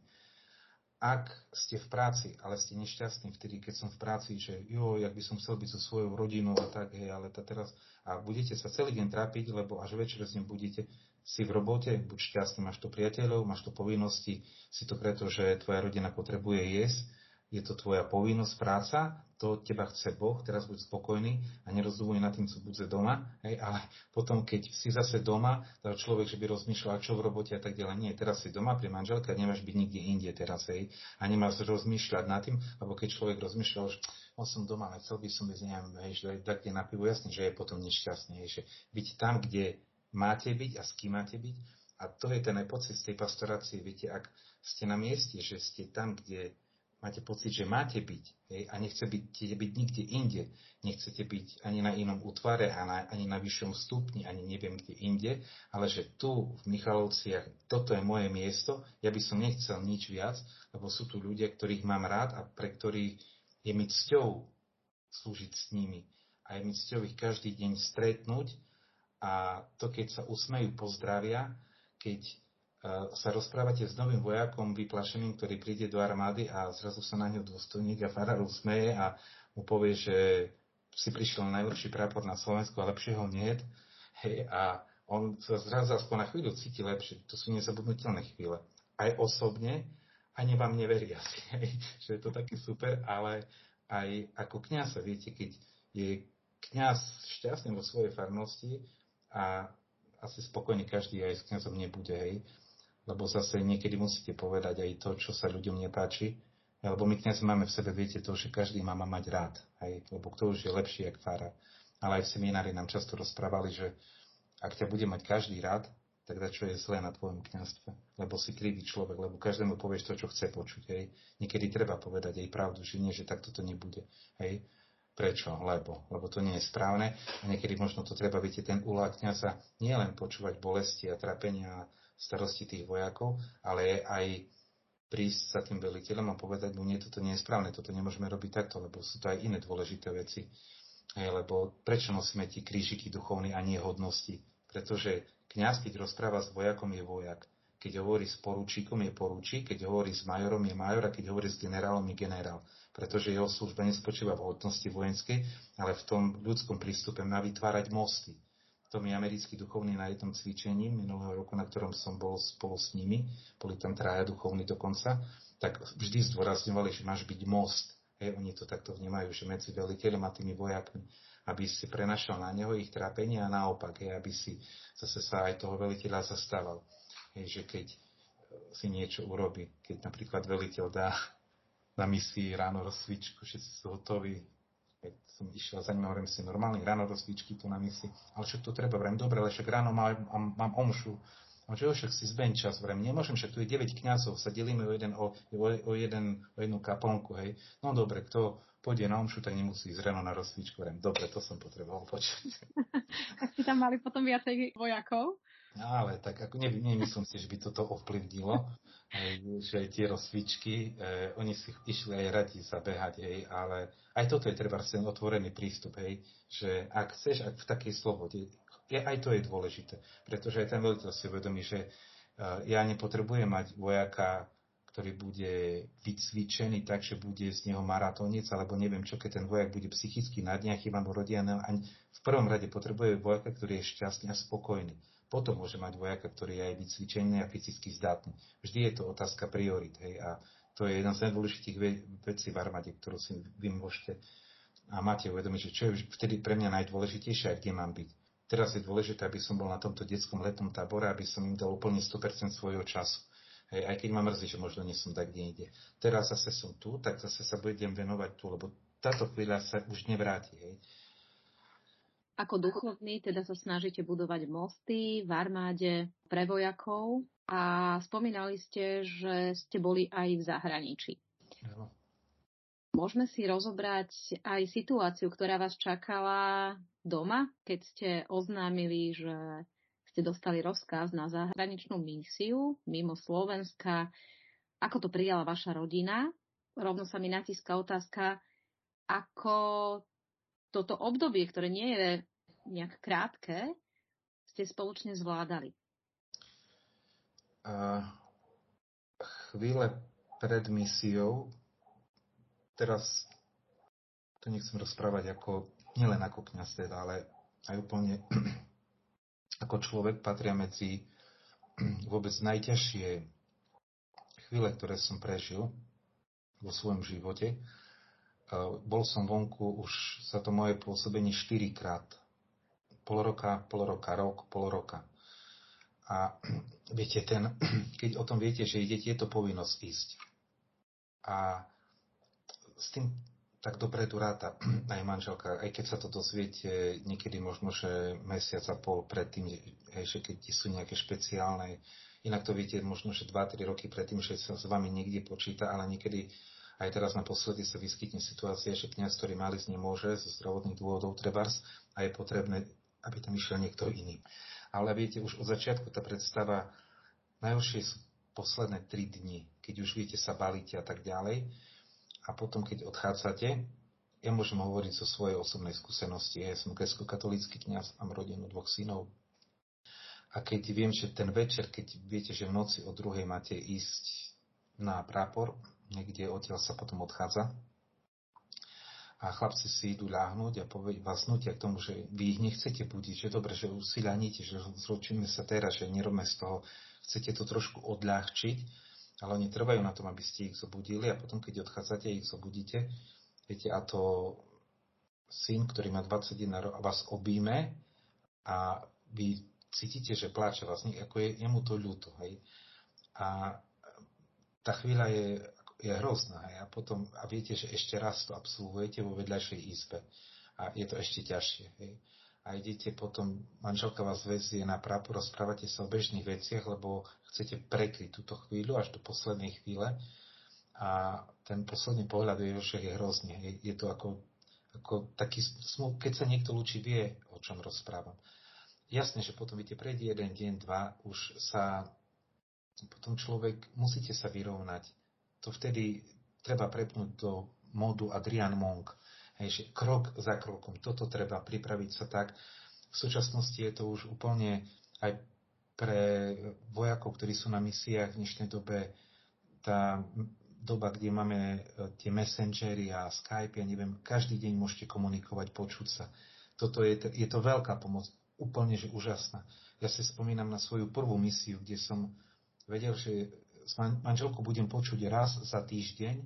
Ak ste v práci, ale ste nešťastní vtedy, keď som v práci, že jo, jak by som chcel byť so svojou rodinou a tak, hej, ale tá teraz, a budete sa celý deň trápiť, lebo až večer s ním budete si v robote, buď šťastný, máš tu priateľov, máš tu povinnosti, si to preto, že tvoja rodina potrebuje jesť, je to tvoja povinnosť, práca, to od teba chce Boh, teraz buď spokojný a nerozdubuj nad tým, co bude doma, hej, ale potom, keď si zase doma, tak človek, že by rozmýšľal, čo v robote a tak ďalej, nie, teraz si doma pri manželke a nemáš byť nikde inde teraz, hej, a nemáš rozmýšľať nad tým, lebo keď človek rozmýšľal, že on som doma, ale chcel by som bez neviem, hej, že tak kde na pivu, jasne, že je potom nešťastný, hej, že byť tam, kde máte byť a s kým máte byť, a to je ten aj pocit z tej pastorácie, viete, ak ste na mieste, že ste tam, kde máte pocit, že máte byť, hej, a nechcete byť nikde inde, nechcete byť ani na inom útvare, ani na vyššom stupni, ani neviem kde inde, ale že tu v Michalovciach, toto je moje miesto, ja by som nechcel nič viac, lebo sú tu ľudia, ktorých mám rád a pre ktorých je mi cťou slúžiť s nimi. A je mi cťou ich každý deň stretnúť a to, keď sa usmejú, pozdravia, keď sa rozprávate s novým vojakom vyplašeným, ktorý príde do armády a zrazu sa na ňo dôstojník a farár usmeje a mu povie, že si prišiel na najlepší prápor na Slovensku a lepšieho niet. Hej, a on sa zrazu aspoň na chvíľu cíti lepšie. To sú nezabudnutelné chvíle. Aj osobne, ani vám neverí asi, hej, že je to taký super, ale aj ako kňaz, viete, keď je kňaz šťastný vo svojej farnosti a asi spokojne každý aj s kňazom nebude, hej, lebo zase niekedy musíte povedať aj to, čo sa ľuďom nepáči, lebo my kňazi máme v sebe, viete to, že každý má mať rád, hej, lebo kto už je lepší jak farár. Ale aj v seminári nám často rozprávali, že ak ťa bude mať každý rád, tak dá čo je zlé na tvojom kňazstve, lebo si krivý človek, lebo každému povieš to, čo chce počuť, hej. Niekedy treba povedať aj pravdu, že nie, že takto to nebude, hej. Prečo? Lebo. Lebo to nie je správne a niekedy možno to treba, viete, ten úľad kňaza nie len počúvať bolesti a trápenia a starosti tých vojakov, ale aj prísť za tým veliteľom a povedať mu, nie, toto nie je správne, toto nemôžeme robiť takto, lebo sú to aj iné dôležité veci. Hej, lebo prečo nosíme tie krížiky duchovné a nie hodnosti? Pretože kňaz, keď rozpráva s vojakom, je vojak. Keď hovorí s poručíkom, je poručík. Keď hovorí s majorom, je major. A keď hovorí s generálom, je generál. Pretože jeho služba nespočíva v hodnosti vojenskej, ale v tom ľudskom prístupe má vytvárať mosty. To mi americkí duchovní na jednom cvičení minulého roku, na ktorom som bol spolu s nimi, boli tam traja duchovní dokonca, tak vždy zdôrazňovali, že máš byť most. Hej, oni to takto vnímajú, že medzi veliteľom a tými vojakmi, aby si prenašal na neho ich trápenie a naopak, hej, aby si zase sa aj toho veliteľa zastával. Hej, že keď si niečo urobí, keď napríklad veliteľ dá na misii ráno rozcvičku, všetci sú hotoví, keď som išiel za ním, hovorím si, normálne ráno rozcvičky tu na misii, ale však to treba, vrem, dobre, ale však ráno mám, mám omšu. A že však si zbeň čas, vrem, nemôžem, však tu je deväť kňazov, sa delíme o, jeden, o, o, o, jeden, o jednu kaplnku, hej. No dobre, kto pôjde na omšu, tak nemusí ísť ráno na rozcvičku, vrem, dobre, to som potreboval počuť. Tak si tam mali potom viacej vojakov? Ale tak ako ne, nemyslím si, že by toto ovplyvnilo, hej, že tie rozcvičky, eh, oni si išli aj radi zabehať, hej, ale aj toto je treba ten otvorený prístup, hej, že ak chceš, ak v takej slobode, je, aj to je dôležité, pretože aj ten veliteľ si uvedomí, že uh, ja nepotrebujem mať vojaka, ktorý bude vycvičený tak, že bude z neho maratónec, alebo neviem čo, keď ten vojak bude psychicky nad nejakým alebo rodianom. Ani v prvom rade potrebuje vojaka, ktorý je šťastný a spokojný. Potom môže mať vojaka, ktorý je aj vycvičený a fyzicky zdatný. Vždy je to otázka priorit. Hej, a to je jedna z najdôležitých vecí v armáde, ktorú si vy môžete a máte uvedomiť, že čo je vtedy pre mňa najdôležitejšie a kde mám byť. Teraz je dôležité, aby som bol na tomto detskom letnom tábore, aby som im dal úplne sto percent svojho času. Hej, aj keď ma mrzí, že možno nie som tak, kde ide. Teraz zase som tu, tak zase sa budem venovať tu, lebo táto chvíľa sa už nevráti. Hej. Ako duchovní teda sa snažíte budovať mosty v armáde pre vojakov a spomínali ste, že ste boli aj v zahraničí. No. Môžeme si rozobrať aj situáciu, ktorá vás čakala doma, keď ste oznámili, že ste dostali rozkaz na zahraničnú misiu mimo Slovenska. Ako to prijala vaša rodina? Rovno sa mi natíska otázka, ako toto obdobie, ktoré nie je nejak krátke, ste spoločne zvládali? A chvíle pred misiou, teraz to nechcem rozprávať ako, nielen ako kňaz teda, ale aj úplne ako človek patria medzi vôbec najťažšie chvíle, ktoré som prežil vo svojom živote. Bol som vonku už za to moje pôsobenie štyrikrát. Pol roka, pol roka, rok, pol roka. A viete, ten, keď o tom viete, že idete, je to povinnosť ísť. A s tým tak dopredu ráta aj manželka, aj keď sa to dozviete niekedy možno, že mesiac a pol predtým, hej, že keď sú nejaké špeciálne, inak to viete možno, že dva tri roky predtým, že sa s vami niekde počíta, ale niekedy aj teraz naposledy sa vyskytne situácia, že kňaz, ktorý má ísť, nemôže zo zdravotných dôvodov trebárs a je potrebné, aby tam išiel niekto iný. Ale viete, už od začiatku tá predstava, najhoršie sú posledné tri dni, keď už viete, sa balíte a tak ďalej. A potom, keď odchádzate, ja môžem hovoriť zo svojej osobnej skúsenosti. Ja som grécko-katolícky kňaz, mám rodinu dvoch synov. A keď viem, že ten večer, keď viete, že v noci o druhej máte ísť na prápor, niekde odtiaľ sa potom odchádza, a chlapci si idú ľahnúť a povie, vás nutia k tomu, že vy ich nechcete budiť, že dobre, že už si ľahnite, že zručíme sa teraz, že nerobme z toho, chcete to trošku odľahčiť, ale oni trvajú na tom, aby ste ich zobudili a potom, keď odchádzate, ich zobudíte. Viete, a to syn, ktorý má dvadsaťjeden rokov, vás objíme a vy cítite, že pláče vás, ako je jemu to ľúto. Hej. A tá chvíľa je je hrozná. Hej. A potom, a viete, že ešte raz to absolvujete vo vedľajšej izbe. A je to ešte ťažšie. Hej. A idete potom, manželka vás vezie na prápor, rozprávate sa o bežných veciach, lebo chcete prekryť túto chvíľu až do poslednej chvíle. A ten posledný pohľad je, že je hrozný. Hej. Je to ako, ako taký smut, keď sa niekto ľúči, vie, o čom rozprávam. Jasne, že potom viete, prejde jeden deň, dva, už sa potom človek, musíte sa vyrovnať. To vtedy treba prepnúť do módu Adrian Monk. Hej, že krok za krokom. Toto treba pripraviť sa tak. V súčasnosti je to už úplne aj pre vojakov, ktorí sú na misiách v dnešnej dobe, tá doba, kde máme tie messengery a Skype, ja neviem, každý deň môžete komunikovať, počuť sa. Toto je, je to veľká pomoc. Úplne, že úžasná. Ja si spomínam na svoju prvú misiu, kde som vedel, že s manželkou budem počuť raz za týždeň.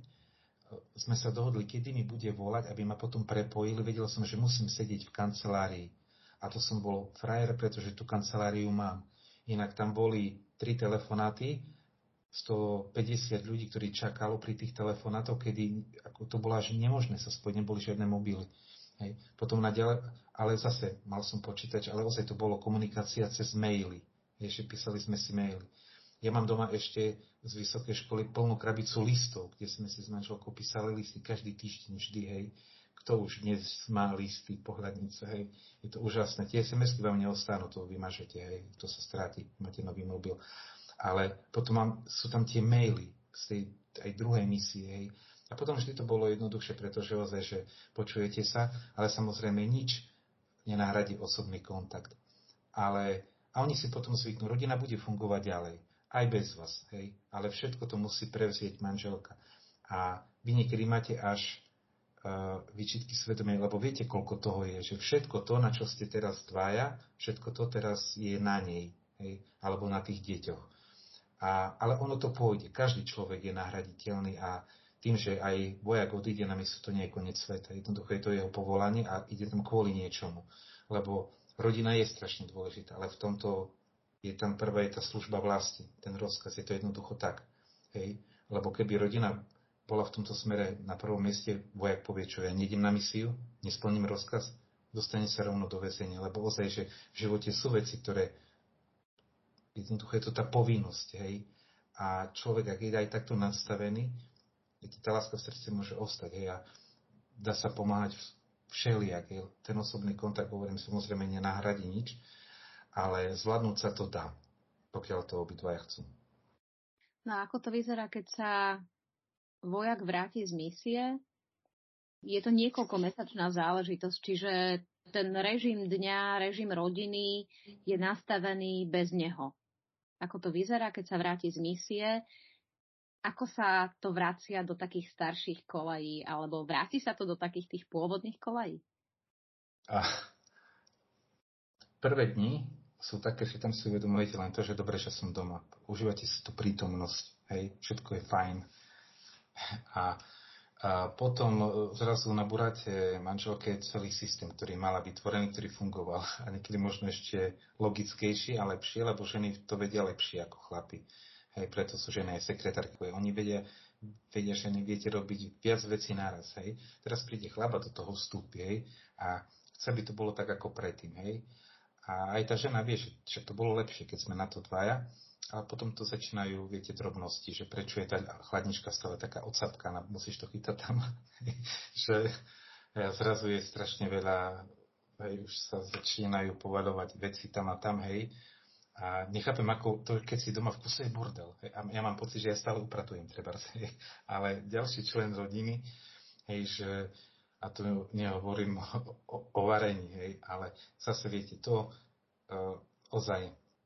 Sme sa dohodli, kedy mi bude volať, aby ma potom prepojili. Vedel som, že musím sedieť v kancelárii. A to som bol frajer, pretože tú kanceláriu mám. Inak tam boli tri telefonáty, stopäťdesiat ľudí, ktorí čakalo pri tých telefonátoch, kedy ako to bolo až nemožné sa spojiť, neboli žiadne mobily. Hej. Potom na ďalej, ale zase mal som počítač, ale ozaj to bolo komunikácia cez maily. Hej, že písali sme si maily. Ja mám doma ešte z vysokej školy plnú krabicu listov, kde sme si s manželkou písali listy každý týždeň vždy, hej. Kto už dnes má listy, pohľadnice, hej. Je to úžasné. Tie es em esky vám neostanú, to vymažete, hej. To sa stráti, máte nový mobil. Ale potom mám, sú tam tie maily z tej aj druhej misie, hej. A potom vždy to bolo jednoduchšie, pretože ozaj, že počujete sa, ale samozrejme nič nenahradí osobný kontakt. Ale, a oni si potom zvyknú, rodina bude fungovať ďalej. Aj bez vás, hej. Ale všetko to musí prevzieť manželka. A vy niekedy máte až uh, výčitky svedomia, lebo viete, koľko toho je, že všetko to, na čo ste teraz dvaja, všetko to teraz je na nej, hej, alebo na tých deťoch. A, ale ono to pôjde. Každý človek je nahraditeľný a tým, že aj vojak odíde na misiu, to nie je koniec sveta. Jednoducho je to jeho povolanie a ide tam kvôli niečomu. Lebo rodina je strašne dôležitá, ale v tomto je tam prvá je tá služba vlasti, ten rozkaz, je to jednoducho tak. Hej? Lebo keby rodina bola v tomto smere na prvom mieste, vojak povie, čo ja nejdem na misiu, nesplním rozkaz, dostane sa rovno do väzenia. Lebo ozaj, že v živote sú veci, ktoré jednoducho je to tá povinnosť. Hej? A človek, ak je aj takto nastavený, tá láska v srdci môže ostať. Hej? A dá sa pomáhať všelijak. Hej? Ten osobný kontakt, hovorím, samozrejme nenahradí nič, ale zvládnuť sa to dá, pokiaľ to obidvaja chcú. No a ako to vyzerá, keď sa vojak vráti z misie? Je to niekoľkomesačná záležitosť, čiže ten režim dňa, režim rodiny je nastavený bez neho. Ako to vyzerá, keď sa vráti z misie? Ako sa to vracia do takých starších kolají? Alebo vráti sa to do takých tých pôvodných kolají? A prvé dni sú také, že tam si uvedomujete len to, že dobre, že som doma. Užívate si tú prítomnosť. Hej, všetko je fajn. A, a potom zrazu nabúrate manželke celý systém, ktorý mala vytvorený, ktorý fungoval. A niekedy možno ešte logickejší a lepšie, lebo ženy to vedia lepšie ako chlapi. Hej, preto sú ženy aj sekretárky. Oni vedia, vedia, že viete robiť viac vecí naraz. Hej. Teraz príde chlap a do toho vstúpi. Hej, a chce by to bolo tak ako predtým. Hej. A aj tá žena vie, že, že to bolo lepšie, keď sme na to dvaja. A potom to začínajú, viete, drobnosti, že prečo je tá chladnička stále taká odsapkaná, musíš to chytať tam. Že zrazu je strašne veľa, hej, už sa začínajú povaľovať veci tam a tam, hej. A nechápem, ako to, keď si doma v kuse je burdel. Hej. A ja mám pocit, že ja stále upratujem, treba, hej. Ale ďalší člen rodiny, hej, že a tu nehovorím o, o, o varení, hej, ale zase viete, to uh, ozaj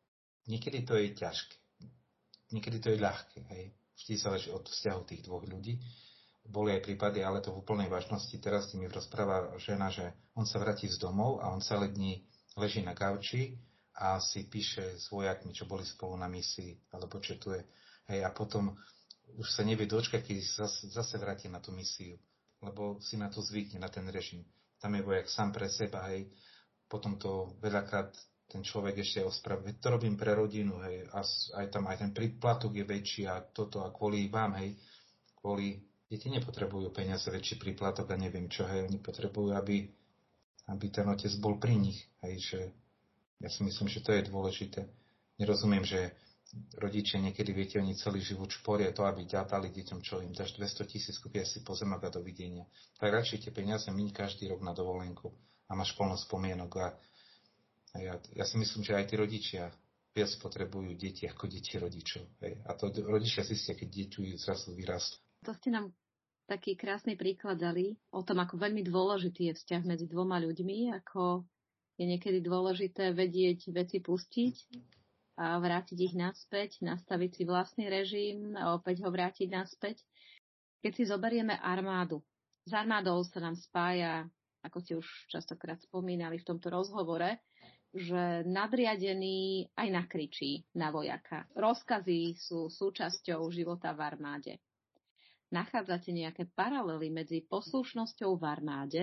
niekedy to je ťažké, niekedy to je ľahké, hej. Vždy záleží od vzťahu tých dvoch ľudí. Boli aj prípady, ale to v úplnej vážnosti. Teraz mi rozpráva žena, že on sa vráti z domov a on celé dni leží na gauči a si píše s vojakmi, čo boli spolu na misii, alebo četuje. Hej, a potom už sa nevie dočkať, keď zase, zase vráti na tú misiu, lebo si na to zvykne, na ten režim. Tam je vojak sám pre seba, hej. Potom to veľakrát ten človek ešte ospravedlňuje. To robím pre rodinu, hej, a aj tam aj ten príplatok je väčší a toto a kvôli vám, hej, kvôli, deti nepotrebujú peniaze, väčší príplatok a neviem čo, hej, oni potrebujú, aby, aby ten otec bol pri nich, hej, že ja si myslím, že to je dôležité. Nerozumiem, že rodičia niekedy, viete, oni celý život šporia to, aby dali deťom, čo im dáš dvesto tisíc, kúpia si pozemok a dovidenia. Tak radšej tie peniaze miň každý rok na dovolenku a máš plno spomienok a Ja, ja si myslím, že aj tí rodičia viac potrebujú deti ako deti rodičov. Hej. A to rodičia zistia, keď deti zrazu vyrastú. To ste nám taký krásny príklad dali o tom, ako veľmi dôležitý je vzťah medzi dvoma ľuďmi, ako je niekedy dôležité vedieť veci pustiť a vrátiť ich naspäť, nastaviť si vlastný režim a opäť ho vrátiť naspäť. Keď si zoberieme armádu, s armádou sa nám spája, ako ste už častokrát spomínali v tomto rozhovore, že nadriadený aj nakričí na vojaka. Rozkazy sú súčasťou života v armáde. Nachádzate nejaké paralely medzi poslušnosťou v armáde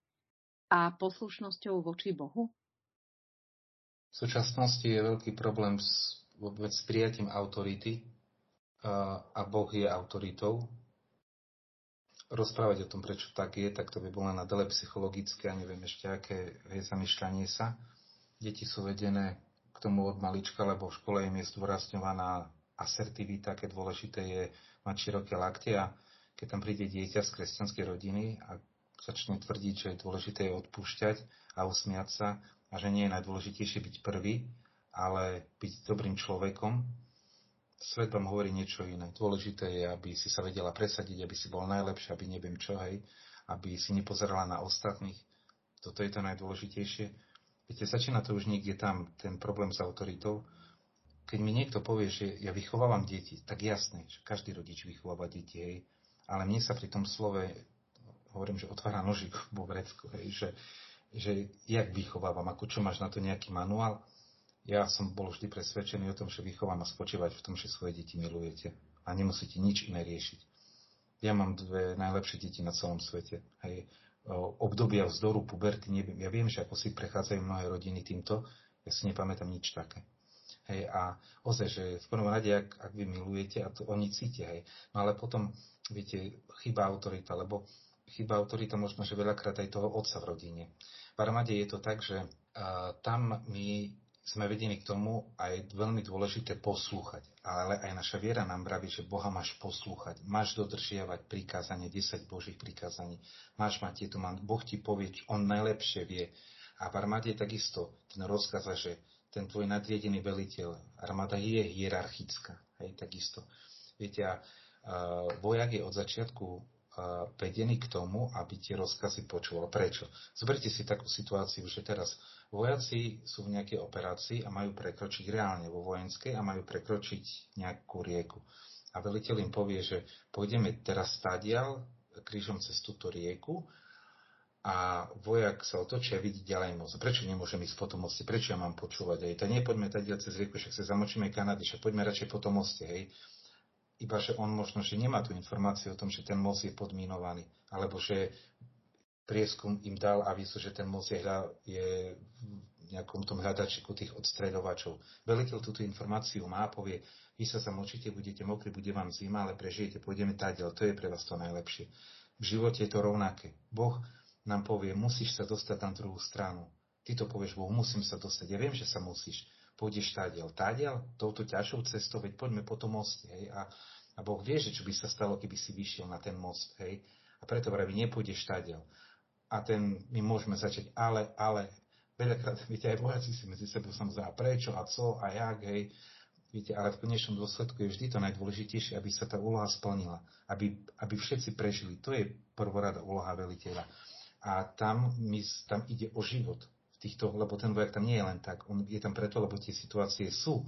a poslušnosťou voči Bohu? V súčasnosti je veľký problém s, vôbec s prijatím autority a Boh je autoritou. Rozprávať o tom, prečo tak je, tak to by bolo na dele psychologické a neviem ešte, aké je zamýšľanie sa. Deti sú vedené k tomu od malička, lebo v škole im je zdôrazňovaná asertivita, aké dôležité je mať široké lakte a keď tam príde dieťa z kresťanskej rodiny a začne tvrdiť, že je dôležité je odpúšťať a usmiať sa a že nie je najdôležitejšie byť prvý, ale byť dobrým človekom, svet vám hovorí niečo iné. Dôležité je, aby si sa vedela presadiť, aby si bol najlepšia, aby neviem čo, hej, aby si nepozerala na ostatných. Toto je to najdôležitejšie. Viete, začína to už niekde tam, ten problém s autoritou. Keď mi niekto povie, že ja vychovávam deti, tak jasné, že každý rodič vychováva deti, hej, ale mne sa pri tom slove, hovorím, že otvára nožík vo vrecku, hej, že, že jak vychovávam, ako čo máš na to nejaký manuál. Ja som bol vždy presvedčený o tom, že vychová má spočívať v tom, že svoje deti milujete a nemusíte nič iné riešiť. Ja mám dve najlepšie deti na celom svete, hej. Obdobia vzdoru, puberty, neviem. Ja viem, že ako si prechádzajú mnohé rodiny týmto, ja si nepamätám nič také. Hej, a ozaj, že v prvom rade, ak, ak vy milujete, a to oni cítia, hej. No ale potom, viete, chyba autorita, lebo chyba autorita možno, že veľakrát aj toho otca v rodine. V armáde je to tak, že uh, tam my sme vedení k tomu a je veľmi dôležité poslúchať. Ale aj naša viera nám vraví, že Boha máš poslúchať. Máš dodržiavať prikázanie, desať Božích prikázaní. Máš mať tieto, Boh ti povie, on najlepšie vie. A v armáde je takisto ten rozkaz, že ten tvoj nadriedený veliteľ, armáda je hierarchická. Hej, takisto. Viete, a uh, vojak je od začiatku vedený k tomu, aby tie rozkazy počúval. Prečo? Zoberte si takú situáciu, že teraz vojaci sú v nejakej operácii a majú prekročiť reálne vo vojenskej a majú prekročiť nejakú rieku. A veliteľ im povie, že pôjdeme teraz stadiaľ krížom cez túto rieku a vojak sa otočí a vidí ďalej most. Prečo nemôžem ísť po tom moste? Prečo ja mám počúvať? Hej? To nie, poďme tadiaľ cez rieku, však sa zamočíme Kanady, však poďme radšej po tom moste, hej? Iba, že on možno, že nemá tú informáciu o tom, že ten most je podminovaný, alebo že prieskum im dal avízo, že ten most je, je v nejakom tom hľadačiku tých odstreľovačov. Veliteľ túto informáciu má, povie, vy sa zamočíte, budete mokrí, bude vám zima, ale prežijete, pôjdeme táďal, to je pre vás to najlepšie. V živote je to rovnaké. Boh nám povie, musíš sa dostať na druhú stranu. Ty to povieš, Boh, musím sa dostať. Ja viem, že sa musíš. Pôjdeš tádiaľ. Tádiaľ? Touto ťažšou cestou, veď poďme po tom moste. Hej? A, a Boh vie, že čo by sa stalo, keby si vyšiel na ten most. Hej? A preto vraví, nepôjdeš tádiaľ. A ten, my môžeme začať, ale, ale, veľakrát, viete, aj vojaci si medzi sebou samozrejme, a prečo, a co, a jak, hej. Viete, ale v konečnom dôsledku je vždy to najdôležitejšie, aby sa tá úloha splnila. Aby, aby všetci prežili. To je prvorada úloha veliteľa. A tam, my, tam ide o život. Týchto, lebo ten vojak tam nie je len tak, on je tam preto, lebo tie situácie sú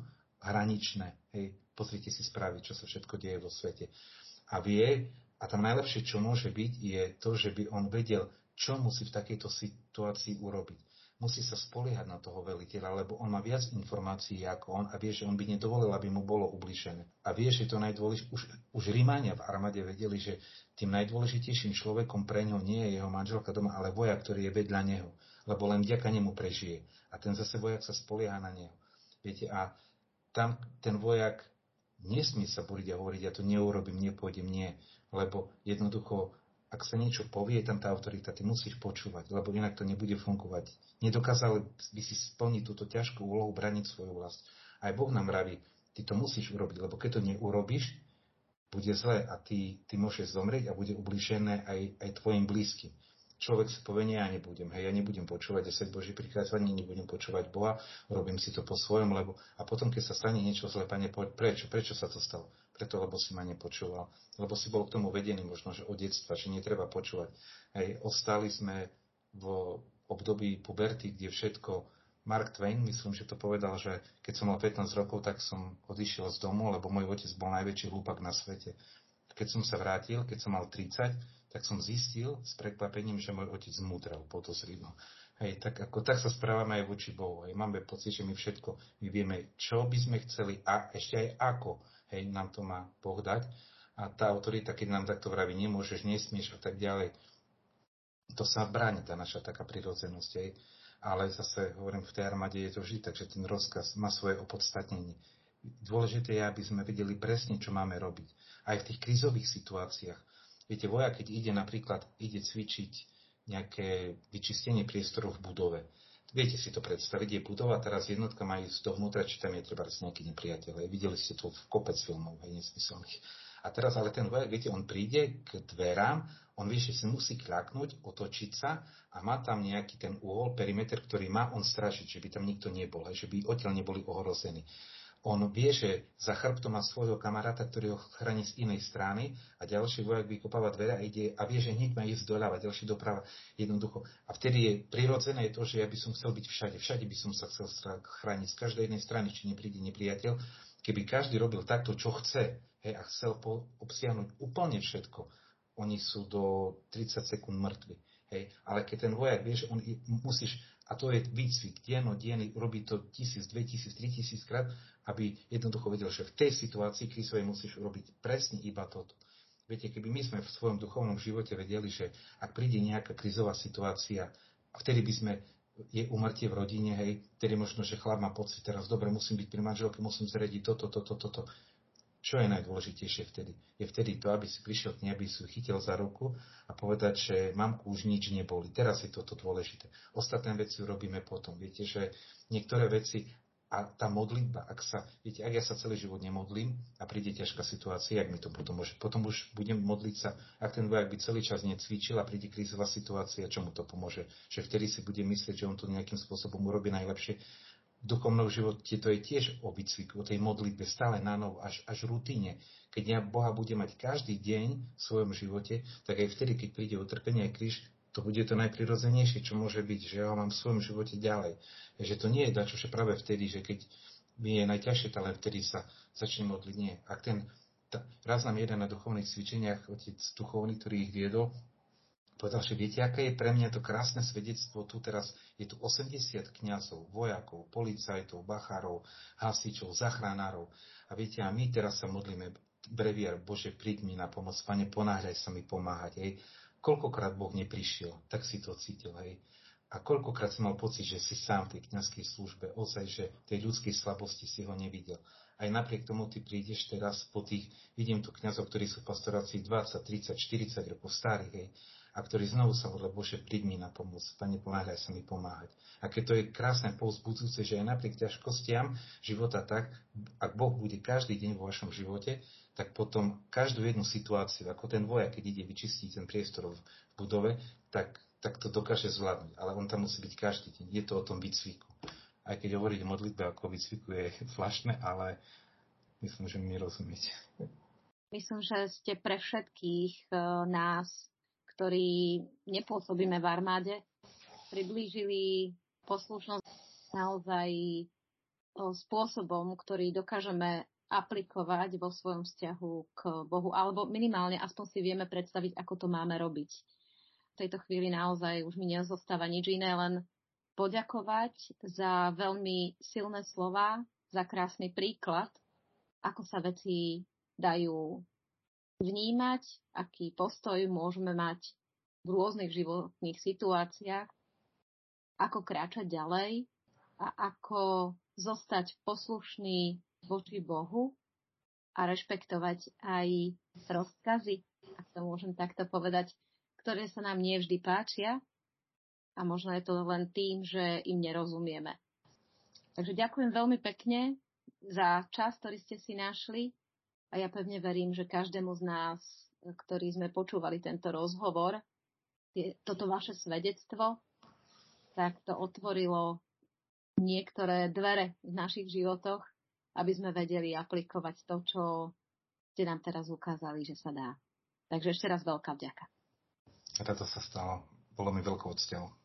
hraničné. Hej, pozrite si správy, čo sa všetko deje vo svete. A vie, a tam najlepšie, čo môže byť, je to, že by on vedel, čo musí v takejto situácii urobiť. Musí sa spoliehať na toho veliteľa, lebo on má viac informácií ako on a vie, že on by nedovolil, aby mu bolo ubližené. A vie, že to najdôležitejšie, už, už Rímania v armáde vedeli, že tým najdôležitejším človekom pre ňo nie je jeho manželka doma, ale vojak, ktorý je vedľa neho, lebo len vďaka nemu prežije. A ten zase vojak sa spolieha na neho. Viete, a tam ten vojak nesmie sa búriť a hovoriť, ja to neurobím, nepôjdem, nie. Lebo jednoducho, ak sa niečo povie, tam tá autorita, ty musíš počúvať, lebo inak to nebude fungovať. Nedokázal by si splniť túto ťažkú úlohu, braniť svoju vlast. Aj Boh nám vraví, ty to musíš urobiť, lebo keď to neurobíš, bude zle a ty, ty môžeš zomrieť a bude ublížené aj, aj tvojim blízkym. Človek si povie, nie, ja nebudem, hej, ja nebudem počúvať desať Boží prikázanie, nebudem počúvať Boha, robím si to po svojom, lebo a potom, keď sa stane niečo zle, Pane, povedz, prečo, prečo sa to stalo? Preto, lebo si ma nepočúval, lebo si bol k tomu vedený možno, že od detstva, že netreba počúvať. Hej, ostali sme v období puberty, kde všetko, Mark Twain, myslím, že to povedal, že keď som mal pätnásť rokov, tak som odišiel z domu, lebo môj otec bol najväčší hlúpak na svete. Keď som sa vrátil, keď som mal tridsať, tak som zistil s prekvapením, že môj otec zmúdrel podozrivo. Hej, tak, ako, tak sa správame aj voči Bohu. Hej, máme pocit, že my všetko, my vieme, čo by sme chceli a ešte aj ako, hej, nám to má Boh dať. A tá autorita, keď nám takto vraví, nemôžeš, nesmieš a tak ďalej, to sa bráni, tá naša taká prirodzenosť. Hej. Ale zase, hovorím, v tej armáde je to vždy, takže ten rozkaz má svoje opodstatnenie. Dôležité je, aby sme vedeli presne, čo máme robiť. Aj v tých krízových situáciách. Viete, vojak, keď ide napríklad, ide cvičiť nejaké vyčistenie priestoru v budove. Viete si to predstaviť, je budova, teraz jednotka má ísť dovnútra, či tam je treba nejaký nepriateľ. Videli ste to v kopec filmov, aj nesmyselných. A teraz ale ten vojak, viete, on príde k dverám, on vie, že si musí kľaknúť, otočiť sa a má tam nejaký ten uhol, perimeter, ktorý má on stražiť, že by tam nikto nebol, že by odtiaľ neboli ohrození. On vie, že za chrbtom má svojho kamaráta, ktorý ho chráni z inej strany a ďalší vojak vykopáva dvere a ide a vie, že hneď má ísť doľava, ďalší doprava, jednoducho. A vtedy je prirodzené to, že ja by som chcel byť všade. Všade by som sa chcel chrániť z každej jednej strany, či nepríde nepriateľ. Keby každý robil takto, čo chce, hej, a chcel po, obsiahnuť úplne všetko, oni sú do tridsať sekúnd mŕtvi. Hej. Ale keď ten vojak vie, že on musíš, a to je výcvik, dieno, dieny, robí to tisíc, dve tisíc, tri tisíc krát, aby jednoducho vedel, že v tej situácii krízovej musíš urobiť presne iba toto. Viete, keby my sme v svojom duchovnom živote vedeli, že ak príde nejaká krízová situácia, a vtedy by sme, je umrtie v rodine, hej, vtedy možno, že chlap má pocit, teraz dobre, musím byť pri manželke, musím zrediť toto, toto, toto. Čo je najdôležitejšie vtedy? Je vtedy to, aby si prišiel k nej, aby si ju chytil za ruku a povedať, že mamku už nič neboli. Teraz je toto dôležité. Ostatné veci robíme potom. Viete, že niektoré veci a tá modlitba, ak sa, viete, ak ja sa celý život nemodlím a príde ťažká situácia, ak mi to potom môže, potom už budem modliť sa, ak ten vojak by celý čas necvičil a príde krízová situácia, čo mu to pomôže? Že vtedy si bude myslieť, že on to nejakým spôsobom urobí najlepšie. V duchovnom živote to je tiež o výcviku, o tej modlitbe, stále na novo, až, až rutine. Keď ja Boha bude mať každý deň v svojom živote, tak aj vtedy, keď príde utrpenie a kríž, to bude to najprirodzenejšie, čo môže byť, že ja ho mám v svojom živote ďalej. Že to nie je dačo, že práve vtedy, že keď mi je najťažšie, ale vtedy sa začne modliť. Nie. Ak ten, tá, raz nám jeden na duchovných cvičeniach, otec duchovný, ktorý ich viedol, povedal, že viete, aké je pre mňa to krásne svedectvo. Tu teraz je tu osemdesiat kňazov, vojakov, policajtov, bachárov, hasičov, zachránárov. A viete, a my teraz sa modlíme, breviár, Bože, príď mi na pomoc, Pane, ponáhľaj sa mi pomáhať. Hej. Koľkokrát Boh neprišiel, tak si to cítil. Hej. A koľkokrát som mal pocit, že si sám v tej kňazskej službe, ozaj, že tej ľudskej slabosti si ho nevidel. Aj napriek tomu ty prídeš teraz po tých, vidím tu kňazov, ktorí sú v pastorácii dvadsať, tridsať, štyridsať rokov starých, hej, a ktorí znovu sa modlia, Bože, príď mi na pomoc, Pane, pomáhaj sa mi pomáhať. A keď to je krásne povzbudzujúce, že aj napriek ťažkostiam života tak, ak Boh bude každý deň vo vašom živote, tak potom každú jednu situáciu, ako ten vojak, keď ide vyčistiť ten priestor v budove, tak, tak to dokáže zvládnuť. Ale on tam musí byť každý deň. Je to o tom výcviku. Aj keď hovoriť o modlitbe ako výcviku je flašné, ale myslím, že mi rozumiete. Myslím, že ste pre všetkých nás, ktorí nepôsobíme v armáde, priblížili poslušnosť naozaj spôsobom, ktorý dokážeme aplikovať vo svojom vzťahu k Bohu, alebo minimálne aspoň si vieme predstaviť, ako to máme robiť. V tejto chvíli naozaj už mi nezostáva nič iné, len poďakovať za veľmi silné slová, za krásny príklad, ako sa veci dajú vnímať, aký postoj môžeme mať v rôznych životných situáciách, ako kráčať ďalej a ako zostať poslušný voči Bohu a rešpektovať aj rozkazy, ak to môžem takto povedať, ktoré sa nám nie vždy páčia a možno je to len tým, že im nerozumieme. Takže ďakujem veľmi pekne za čas, ktorý ste si našli a ja pevne verím, že každému z nás, ktorí sme počúvali tento rozhovor, toto vaše svedectvo, tak to otvorilo niektoré dvere v našich životoch, aby sme vedeli aplikovať to, čo ste nám teraz ukázali, že sa dá. Takže ešte raz veľká vďaka. A toto sa stalo. Bolo mi veľkou cťou.